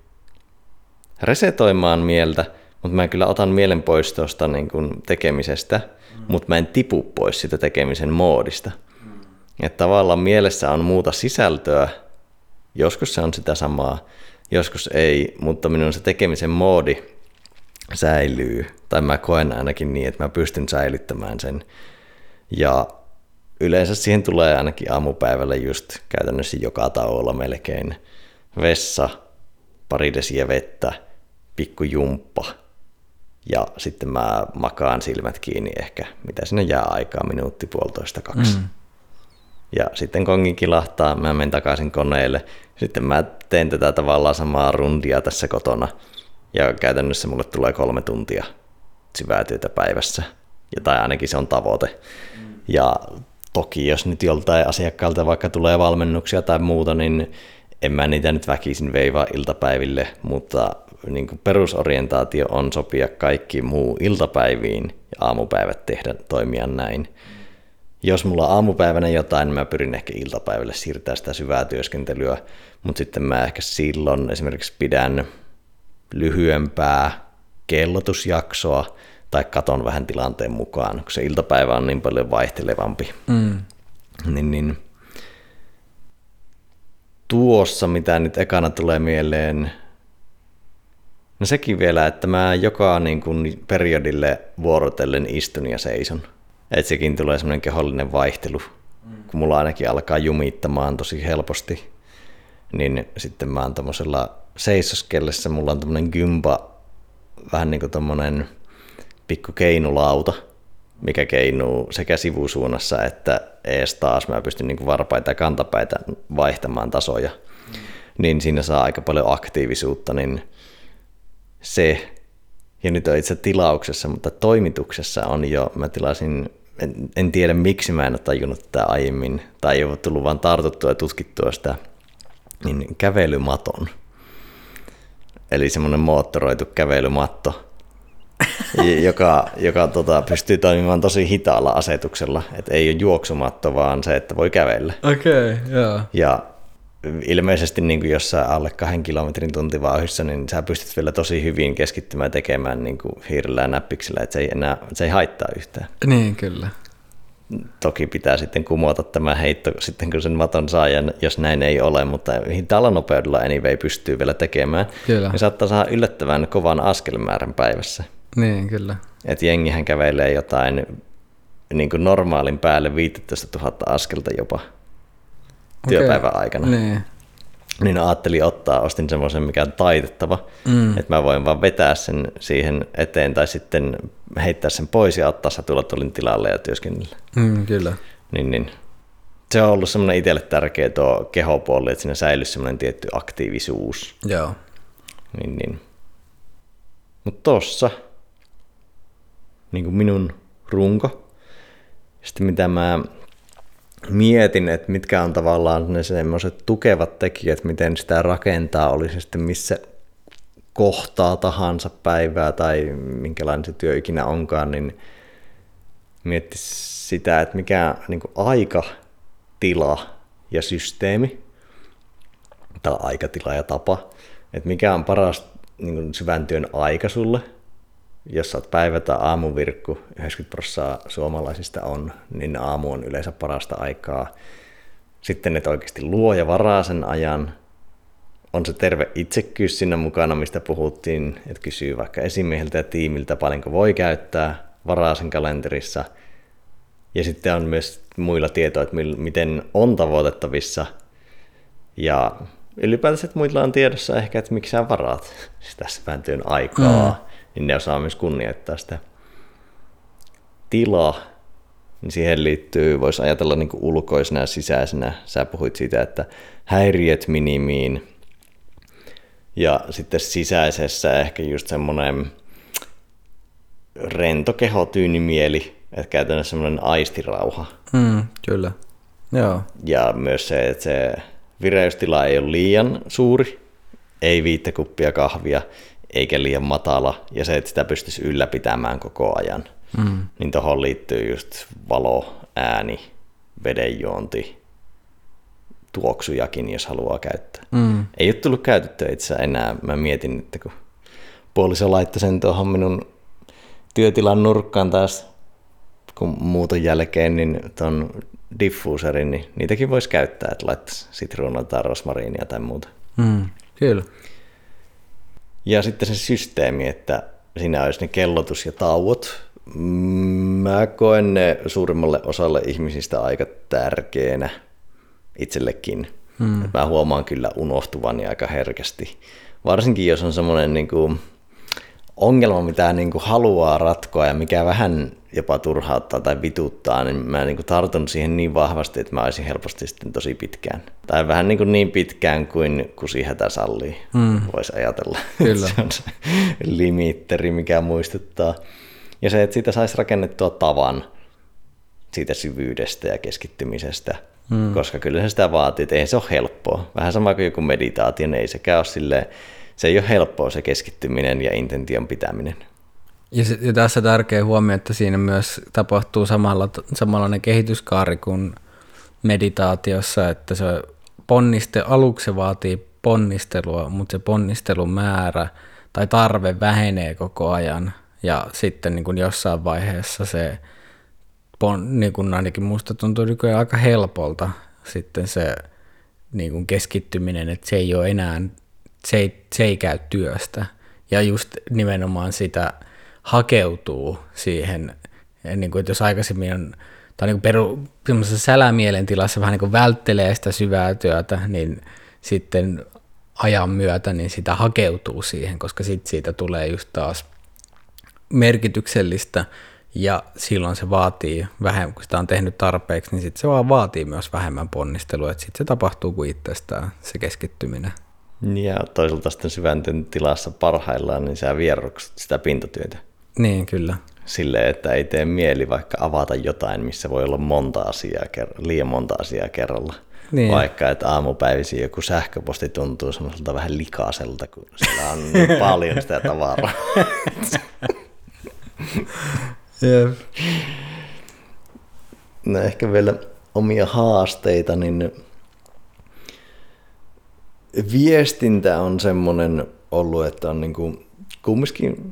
resetoimaan mieltä, mutta mä kyllä otan mielen pois tuosta niin kuin tekemisestä, mm. mutta mä en tipu pois sitä tekemisen moodista. Mm. Että tavallaan mielessä on muuta sisältöä, joskus se on sitä samaa, joskus ei, mutta minun se tekemisen moodi säilyy, tai mä koen ainakin niin, että mä pystyn säilyttämään sen. Ja yleensä siihen tulee ainakin aamupäivällä just käytännössä joka tauolla melkein vessa, pari desiä vettä, pikku jumppa ja sitten mä makaan silmät kiinni ehkä, mitä sinne jää aikaa, minuutti, puolitoista, kaksi. Mm. Ja sitten kongi kilahtaa, mä menen takaisin koneelle, sitten mä teen tätä tavallaan samaa rundia tässä kotona ja käytännössä mulle tulee kolme tuntia syvää työtä päivässä, ja tai ainakin se on tavoite. Mm. Ja toki jos nyt joltain asiakkaalta vaikka tulee valmennuksia tai muuta, niin en mä niitä nyt väkisin veivaa iltapäiville, mutta niin kuin perusorientaatio on sopia kaikki muu iltapäiviin ja aamupäivät tehdä toimia näin. Mm. Jos mulla on aamupäivänä jotain, niin mä pyrin ehkä iltapäivälle siirtää sitä syvää työskentelyä, mutta sitten mä ehkä silloin esimerkiksi pidän lyhyempää kellotusjaksoa tai katon vähän tilanteen mukaan, kun se iltapäivä on niin paljon vaihtelevampi. Mm. Niin, niin. Tuossa, mitä nyt ekana tulee mieleen, no sekin vielä, että mä joka niin kuin periodille vuorotellen istun ja seison. Että sekin tulee semmoinen kehollinen vaihtelu, mm. kun mulla ainakin alkaa jumittamaan tosi helposti, niin sitten mä oon tommosella seisoskellessa, mulla on tommonen gympa, vähän niin kuin tommonen pikku keinulauta, mikä keinuu sekä sivusuunnassa että ees taas. Mä pystyn niin kuin varpaita ja kantapäitä vaihtamaan tasoja, mm. niin siinä saa aika paljon aktiivisuutta, niin se, ja nyt on itse tilauksessa, mutta toimituksessa on jo, mä tilasin, en, en tiedä miksi mä en ole tajunnut tätä aiemmin, tai ei ole tullut vaan tartuttua ja tutkittua sitä, niin kävelymaton. Eli semmoinen moottoroitu kävelymatto, joka, joka tota, pystyy toimimaan tosi hitaalla asetuksella, että ei ole juoksumatto, vaan se, että voi kävellä. Okei, okay, joo. Ja ilmeisesti niin kuin jossain alle kahden kilometrin tuntivauhdissa, niin sä pystyt vielä tosi hyvin keskittymään tekemään niin kuin hiirillä ja näppiksillä, että se ei, enää, se ei haittaa yhtään. Niin, kyllä. Toki pitää sitten kumota tämä heitto sitten, kun sen maton saa, ja jos näin ei ole, mutta hitaalla nopeudella anyway pystyy vielä tekemään. Kyllä. Ja saattaa saada yllättävän kovan askelmäärän päivässä. Niin, kyllä. Että jengihän kävelee jotain niin kuin normaalin päälle viisitoistatuhatta askelta jopa työpäivän okay. aikana. Niin. Niin ajattelin ottaa, ostin semmoisen, mikä on taitettava, mm. että mä voin vaan vetää sen siihen eteen tai sitten heittää sen pois ja ottaa satulatuolin tilalle ja työskennellä. Mm, kyllä. Niin, niin. Se on ollut semmoinen itselle tärkeä tuo kehopuoli, että siinä säilyisi semmoinen tietty aktiivisuus. Joo. Niin, niin. Mutta tossa niin kuin minun runko. Sitten mitä mä mietin, että mitkä on tavallaan ne semmoiset tukevat tekijät, miten sitä rakentaa, oli se sitten missä kohtaa tahansa päivää tai minkälainen se työ ikinä onkaan, niin mietti sitä, että mikä niin kuin aika, tila ja systeemi, tai aikatila ja tapa, että mikä on paras niin kuin syvän työn aika sulle, jos sä oot päivä- tai aamuvirkku, yhdeksänkymmentä prosenttia suomalaisista on, niin aamu on yleensä parasta aikaa. Sitten et oikeasti luo ja varaa sen ajan. On se terve itsekkyys siinä mukana, mistä puhuttiin, että kysyy vaikka esimieheltä ja tiimiltä, paljonko voi käyttää, varaa sen kalenterissa. Ja sitten on myös muilla tietoa, että miten on tavoitettavissa. Ja ylipäätänsä, että muilla on tiedossa ehkä, että miksi sä varaat sitä syvän työn aikaa. Mm. Niin ne osaa myös kunnioittaa sitä. Tila, niin siihen liittyy, voisi ajatella niin kuin ulkoisena ja sisäisenä. Sä puhuit siitä, että häiriöt minimiin. Ja sitten sisäisessä ehkä just semmoinen rento keho, tyyni mieli, että käytännössä semmoinen aistirauha. Mm, kyllä, joo. Ja myös se, että se vireystila ei ole liian suuri, ei viittä kuppia kahvia, eikä liian matala, ja se, että sitä pystyisi ylläpitämään koko ajan. Mm. Niin tuohon liittyy just valo, ääni, vedenjuonti, tuoksujakin, jos haluaa käyttää. Mm. Ei ole tullut käytettyä itse enää. Mä mietin, että kun puoliso laittoi sen tuohon minun työtilan nurkkaan taas, kun muuton jälkeen, niin tuon diffuuserin, niin niitäkin voisi käyttää, että laittaisi sitruunaa tai rosmariinia tai muuta. Mm. Kyllä. Ja sitten se systeemi, että siinä olisi ne kellotus ja tauot. Mä koen ne suurimmalle osalle ihmisistä aika tärkeänä itsellekin. Hmm. Mä huomaan kyllä unohtuvani aika herkästi. Varsinkin jos on semmoinen niin kuin ongelma, mitä niin kuin haluaa ratkoa ja mikä vähän jopa turhauttaa tai vituttaa, niin mä niin kuin tartun siihen niin vahvasti, että mä olisin helposti sitten tosi pitkään. Tai vähän niin, kuin niin pitkään kuin kusihätä sallii, mm. voisi ajatella. Kyllä. Se on se limitteri, mikä muistuttaa. Ja se, että siitä saisi rakennettua tavan siitä syvyydestä ja keskittymisestä, mm. koska kyllä se sitä vaatii, että ei se ole helppoa. Vähän sama kuin joku meditaatio, niin ei sekään ole silleen, se ei ole helppoa se keskittyminen ja intention pitäminen. Ja, se, ja tässä tärkeä huomio, että siinä myös tapahtuu samalla, samanlainen kehityskaari kuin meditaatiossa, että se ponniste, aluksi se vaatii ponnistelua, mutta se ponnistelun määrä tai tarve vähenee koko ajan ja sitten niin kuin jossain vaiheessa se, pon, niin kuin ainakin musta tuntuu nykyään aika helpolta sitten se niin kuin keskittyminen, että se ei ole enää, se ei, se ei käy työstä ja just nimenomaan sitä hakeutuu siihen, niin kuin, että jos aikaisemmin on, tai niin peru, semmoisessa sälämielentilassa vähän niin kuin välttelee sitä syvää työtä, niin sitten ajan myötä niin sitä hakeutuu siihen, koska sitten siitä tulee just taas merkityksellistä, ja silloin se vaatii vähemmän, kun sitä on tehnyt tarpeeksi, niin sitten se vaan vaatii myös vähemmän ponnistelua, että sitten se tapahtuu kuin itsestään se keskittyminen. Ja toisaalta sitten syvän työn tilassa parhaillaan, niin sä vierokset sitä pintatyötä. Niin, kyllä. Silleen, että ei tee mieli vaikka avata jotain, missä voi olla monta asiaa, liian monta asiaa kerralla. Niin. Vaikka, että aamupäivisin joku sähköposti tuntuu semmoiselta vähän likaiselta, kun siellä on niin paljon sitä tavaraa. Yep. No ehkä vielä omia haasteita, niin viestintä on semmoinen ollut, että on niinku kumminkin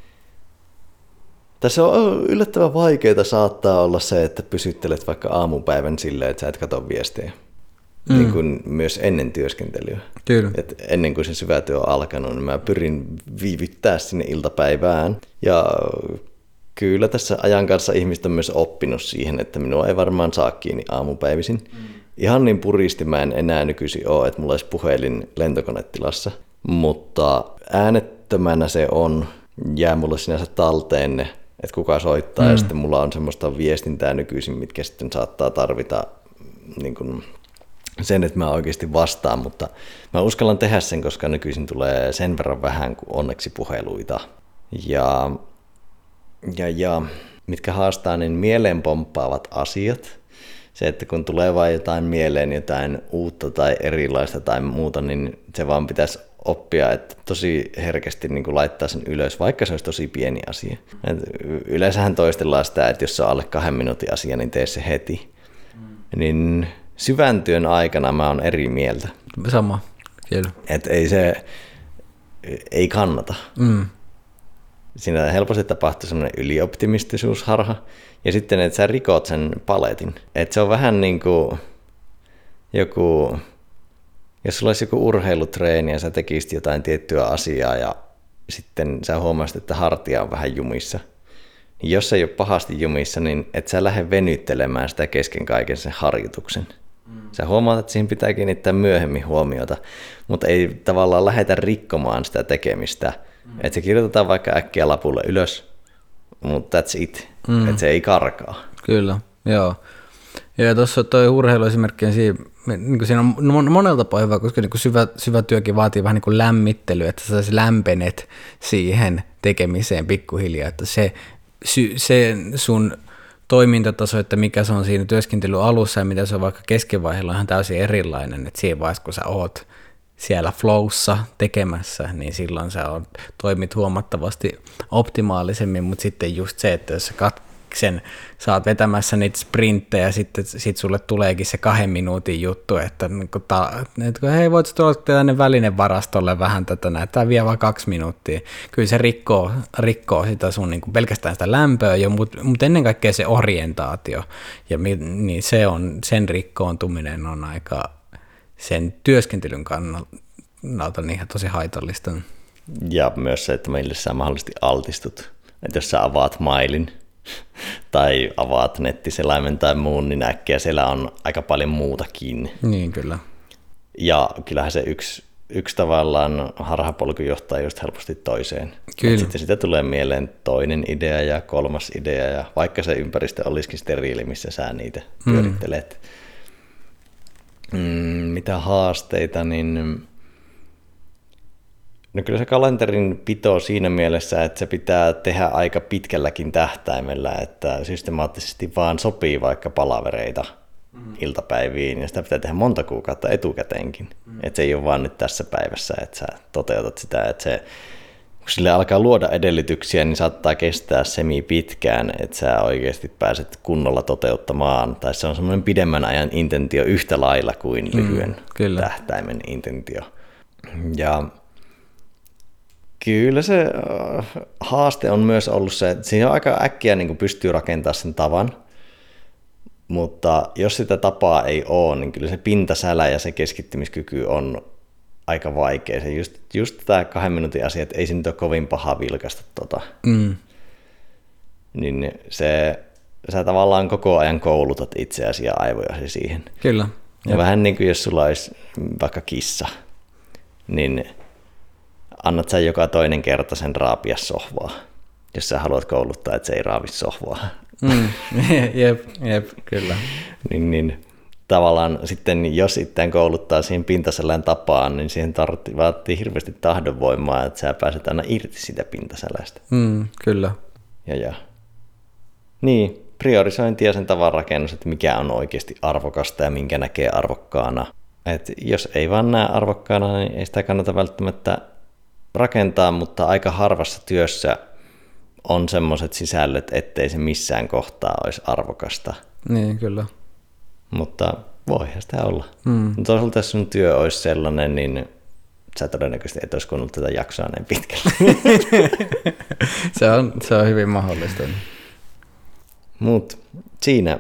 tässä on yllättävän vaikeaa saattaa olla se, että pysyttelet vaikka aamupäivän silleen, että sä et katso viestejä. Mm. Niin kuin myös ennen työskentelyä. Kyllä. Et ennen kuin se syvä työ on alkanut, niin mä pyrin viivyttää sinne iltapäivään. Ja kyllä tässä ajan kanssa ihmiset on myös oppinut siihen, että minua ei varmaan saa kiinni aamupäivisin. Mm. Ihan niin puristi mä en enää nykyisin ole, että mulla olisi puhelin lentokonetilassa. Mutta äänettömänä se on, jää mulle sinänsä talteenne, että kuka soittaa, mm. ja sitten mulla on semmoista viestintää nykyisin, mitkä sitten saattaa tarvita niin kuin sen, että mä oikeasti vastaan, mutta mä uskallan tehdä sen, koska nykyisin tulee sen verran vähän kuin onneksi puheluita. Ja, ja, ja mitkä haastaa, niin mieleen pomppaavat asiat. Se, että kun tulee vain jotain mieleen, jotain uutta tai erilaista tai muuta, niin se vaan pitäisi oppia, että tosi herkästi niin kuin laittaa sen ylös, vaikka se olisi tosi pieni asia. Et yleensähän toistellaan sitä, että jos se on alle kahden minuutin asia, niin tee se heti. Mm. Niin syvän työn aikana mä oon eri mieltä. Sama, kyllä. Että ei se, ei kannata. Mm. Siinä helposti tapahtuu semmoinen ylioptimistisuusharha, ja sitten, että sä rikot sen paletin. Että se on vähän niin kuin joku, jos sulla olisi joku urheilutreeni ja sä tekisit jotain tiettyä asiaa, ja sitten sä huomasit, että hartia on vähän jumissa. Niin jos ei ole pahasti jumissa, niin et sä lähde venyttelemään sitä kesken kaiken sen harjoituksen. Sä huomaat, että siihen pitää kiinnittää myöhemmin huomiota, mutta ei tavallaan lähdetä rikkomaan sitä tekemistä. Mm. Että se kirjoitetaan vaikka äkkiä lapulle ylös, mutta that's it. Mm. Että se ei karkaa. Kyllä, joo. Ja tuossa toi urheiluesimerkki, niin siinä, niin siinä on monella tapaa hyvä, koska niin syvä, syvä työkin vaatii vähän niin kuin lämmittelyä, että sä lämpenet siihen tekemiseen pikkuhiljaa, että se, se sun toimintataso, että mikä se on siinä työskentelyn alussa ja mitä se on vaikka keskivaiheella, on ihan täysin erilainen, että siinä vaiheessa, kun sä oot siellä flowssa tekemässä, niin silloin sä oot, toimit huomattavasti optimaalisemmin, mutta sitten just se, että jos sä kat- sen saat vetämässä niitä sprinttejä, ja sitten sit sulle tuleekin se kahden minuutin juttu, että, ta, että hei, voit tulla tänne välinevarastolle vähän tätä, näyttää vie vaan kaksi minuuttia. Kyllä se rikkoo, rikkoo sitä sun niin kuin pelkästään sitä lämpöä, mutta mut ennen kaikkea se orientaatio, ja niin se on, sen rikkoontuminen on aika sen työskentelyn kannalta niin tosi haitallista. Ja myös se, että meille sä mahdollisesti altistut. Että jos sä avaat mailin tai avaat nettiselaimen tai muun, niin äkkiä siellä on aika paljon muutakin. Niin, kyllä. Ja kyllähän se yksi, yksi tavallaan harhapolku johtaa just helposti toiseen. Kyllä. Sitten sitä tulee mieleen toinen idea ja kolmas idea, ja vaikka se ympäristö olisikin steriili, missä sä niitä pyörittelet. Mm. Mm, mitä haasteita, niin no kyllä se kalenterin pito siinä mielessä, että se pitää tehdä aika pitkälläkin tähtäimellä, että systemaattisesti vaan sopii vaikka palavereita mm. iltapäiviin, ja sitä pitää tehdä monta kuukautta etukäteenkin. Mm. Että se ei ole vaan nyt tässä päivässä, että sä toteutat sitä, että se, kun sille alkaa luoda edellytyksiä, niin saattaa kestää semi pitkään, että sä oikeasti pääset kunnolla toteuttamaan, tai se on semmoinen pidemmän ajan intentio yhtä lailla kuin lyhyen mm, kyllä. tähtäimen intentio. Ja kyllä se haaste on myös ollut se, että siinä on aika äkkiä niin kuin pystyy rakentamaan sen tavan, mutta jos sitä tapaa ei ole, niin kyllä se pintasälä ja se keskittymiskyky on aika vaikea. Se just, just tämä kahden minuutin asia, että ei se nyt ole kovin paha vilkaista tota. Mm. Niin se, sä tavallaan koko ajan koulutat itseäsi ja aivojasi siihen. Kyllä. Ja vähän niin kuin jos sulla olisi vaikka kissa, niin annat sä joka toinen kerta sen raapia sohvaa, jos sä haluat kouluttaa, että se ei raavi sohvaa. Mm. jep, jep, kyllä. niin, niin, tavallaan sitten, jos itseään kouluttaa siihen pintaselän tapaan, niin siihen tarvitsee, vaatii hirveästi tahdonvoimaa, että sä pääset aina irti sitä pintaselästä. Mm, kyllä. Ja, ja. Niin, priorisointi ja sen tavan rakennus, että mikä on oikeasti arvokasta ja minkä näkee arvokkaana. Et jos ei vaan näe arvokkaana, niin ei sitä kannata välttämättä rakentaa, mutta aika harvassa työssä on semmoiset sisällöt, ettei se missään kohtaa olisi arvokasta. Niin, kyllä. Mutta voihan sitä olla. Mm. Toisaalta jos sun työ olisi sellainen, niin sä todennäköisesti et olisi kuunnellut tätä jaksoa näin pitkälle. se, on, se on hyvin mahdollista. Mutta siinä,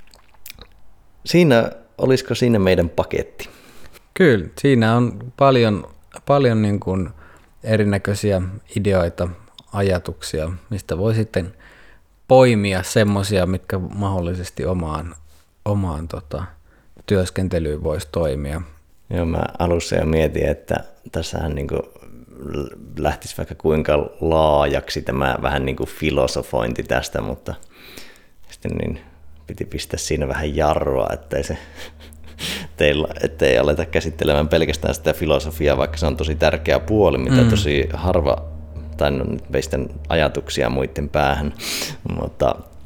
siinä, olisiko siinä meidän paketti? Kyllä, siinä on paljon, paljon niin kuin erinäköisiä ideoita, ajatuksia, mistä voi sitten poimia semmoisia, mitkä mahdollisesti omaan, omaan tota, työskentelyyn voisi toimia. Joo, mä alussa jo mietin, että tässähän niin kuin lähtisi vaikka kuinka laajaksi tämä vähän niin kuin filosofointi tästä, mutta sitten niin piti pistää siinä vähän jarrua, ettei se teillä, ettei aleta käsittelemään pelkästään sitä filosofiaa, vaikka se on tosi tärkeä puoli, mitä mm. tosi harva, tai no nyt veistän ajatuksia muiden päähän, mutta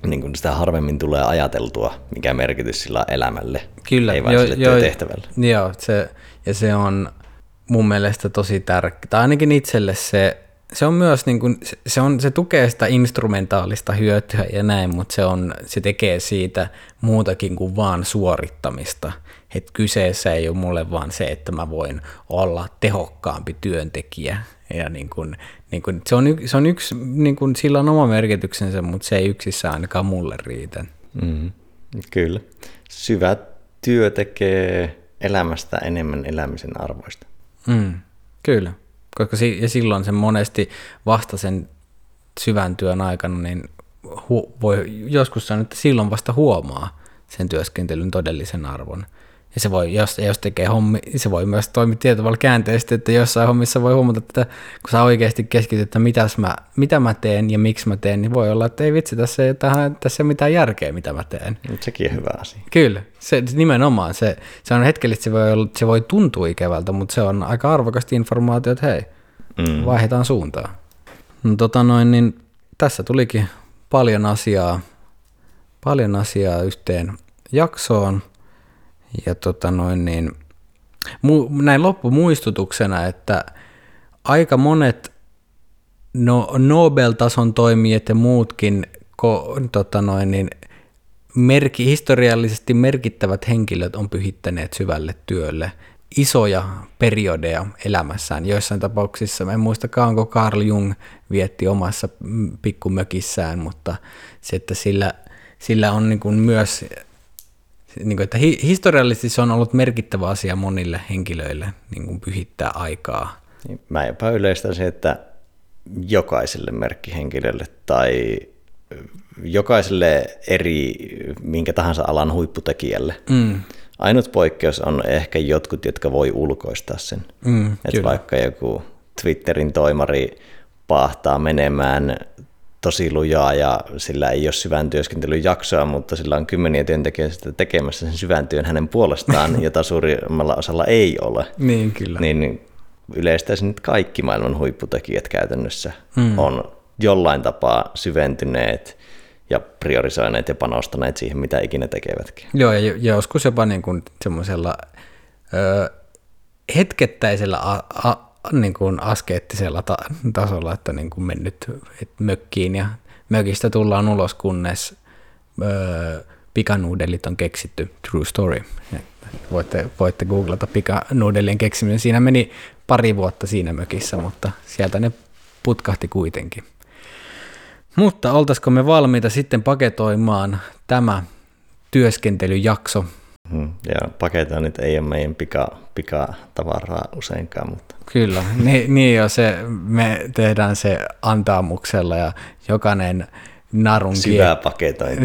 niin kuin sitä harvemmin tulee ajateltua, mikä merkitys sillä on elämälle, Kyllä, ei vain jo, sille jo, työtehtävälle. Joo, se, ja se on mun mielestä tosi tärkeää, tai ainakin itselle se, se on myös, niin kuin, se, on, se tukee sitä instrumentaalista hyötyä ja näin, mutta se, on, se tekee siitä muutakin kuin vaan suorittamista. Et kyseessä ei ole mulle vaan se, että mä voin olla tehokkaampi työntekijä. Ja niin kuin, niin kuin, se, on, se on yksi, niin kuin, sillä on oma merkityksensä, mutta se ei yksissään ainakaan mulle riitä. Mm, kyllä. Syvä työ tekee elämästä enemmän elämisen arvoista. Mm, kyllä, koska si- ja silloin se monesti vasta sen syvän työn aikana, niin hu- voi joskus sanoa, että silloin vasta huomaa sen työskentelyn todellisen arvon. Ja se voi, jos, jos tekee hommi, se voi myös toimia tietyllä tavalla käänteisesti, että jossain hommissa voi huomata, että kun sä oikeasti keskityt, että mitäs mä, mitä mä teen ja miksi mä teen, niin voi olla, että ei vitsi, tässä ei, tähän, tässä ei ole mitään järkeä, mitä mä teen. Sekin on hyvä asia. Kyllä, se, nimenomaan. Se, se on hetkellisesti, se voi, olla, se voi tuntua ikävältä, mutta se on aika arvokasta informaatiota, että hei, mm. vaihdetaan suuntaa. No, tota noin, niin tässä tulikin paljon asiaa, paljon asiaa yhteen jaksoon. Ja tota noin niin, mu, näin loppumuistutuksena, että aika monet no, Nobel-tason toimijat ja muutkin ko, tota noin niin, merki, historiallisesti merkittävät henkilöt on pyhittäneet syvälle työlle isoja periodeja elämässään. Joissain tapauksissa, en muista kauanko Carl Jung vietti omassa pikkumökissään, mutta se, että sillä, sillä on niin kuin myös... Niin kuin, että hi- historiallisesti se on ollut merkittävä asia monille henkilöille niin kuin pyhittää aikaa. Mä jopa yleistäisin, että jokaiselle merkkihenkilölle tai jokaiselle eri minkä tahansa alan huipputekijälle. Mm. Ainut poikkeus on ehkä jotkut, jotka voi ulkoistaa sen. Mm, että vaikka joku Twitterin toimari paahtaa menemään tosi lujaa ja sillä ei ole syvän työskentelyn jaksoa, mutta sillä on kymmeniä työntekijöitä tekemässä sen syvän työn hänen puolestaan, jota suurimmalla osalla ei ole. Niin, kyllä. Niin yleistäisin, että kaikki maailman huipputekijät käytännössä mm. on jollain tapaa syventyneet ja priorisoineet ja panostaneet siihen, mitä ikinä tekevätkin. Joo, ja joskus jopa niin kuin semmoisella ö, hetkettäisellä a, a, niin kuin askeettisella ta- tasolla, että niin kuin mennyt että mökkiin ja mökistä tullaan ulos, kunnes öö, pikanuudelit on keksitty. True story. Voitte, voitte googlata pikanuudelien keksiminen. Siinä meni pari vuotta siinä mökissä, mutta sieltä ne putkahti kuitenkin. Mutta oltaisiko me valmiita sitten paketoimaan tämä työskentelyjakso? Ja paketoinnit ei ole meidän pika, pikatavaraa useinkaan, mutta... Kyllä, niin, niin jo se, me tehdään se antaamuksella ja jokainen narun... Syvä paketointi.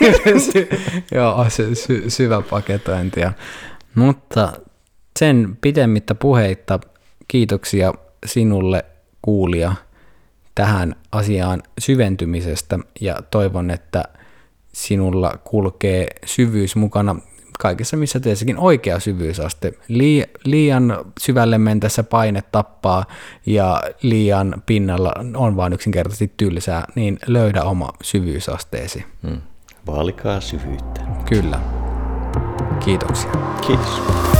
Joo, se sy, syvä paketointi. Mutta sen pidemmittä puheitta kiitoksia sinulle kuulija tähän asiaan syventymisestä ja toivon, että sinulla kulkee syvyys mukana kaikessa missä teessäkin oikea syvyysaste. Liian syvälle mentäessä paine tappaa ja liian pinnalla on vain yksinkertaisesti tylsää, niin löydä oma syvyysasteesi. Hmm. Vaalikaa syvyyttä. Kyllä. Kiitoksia. Kiitos.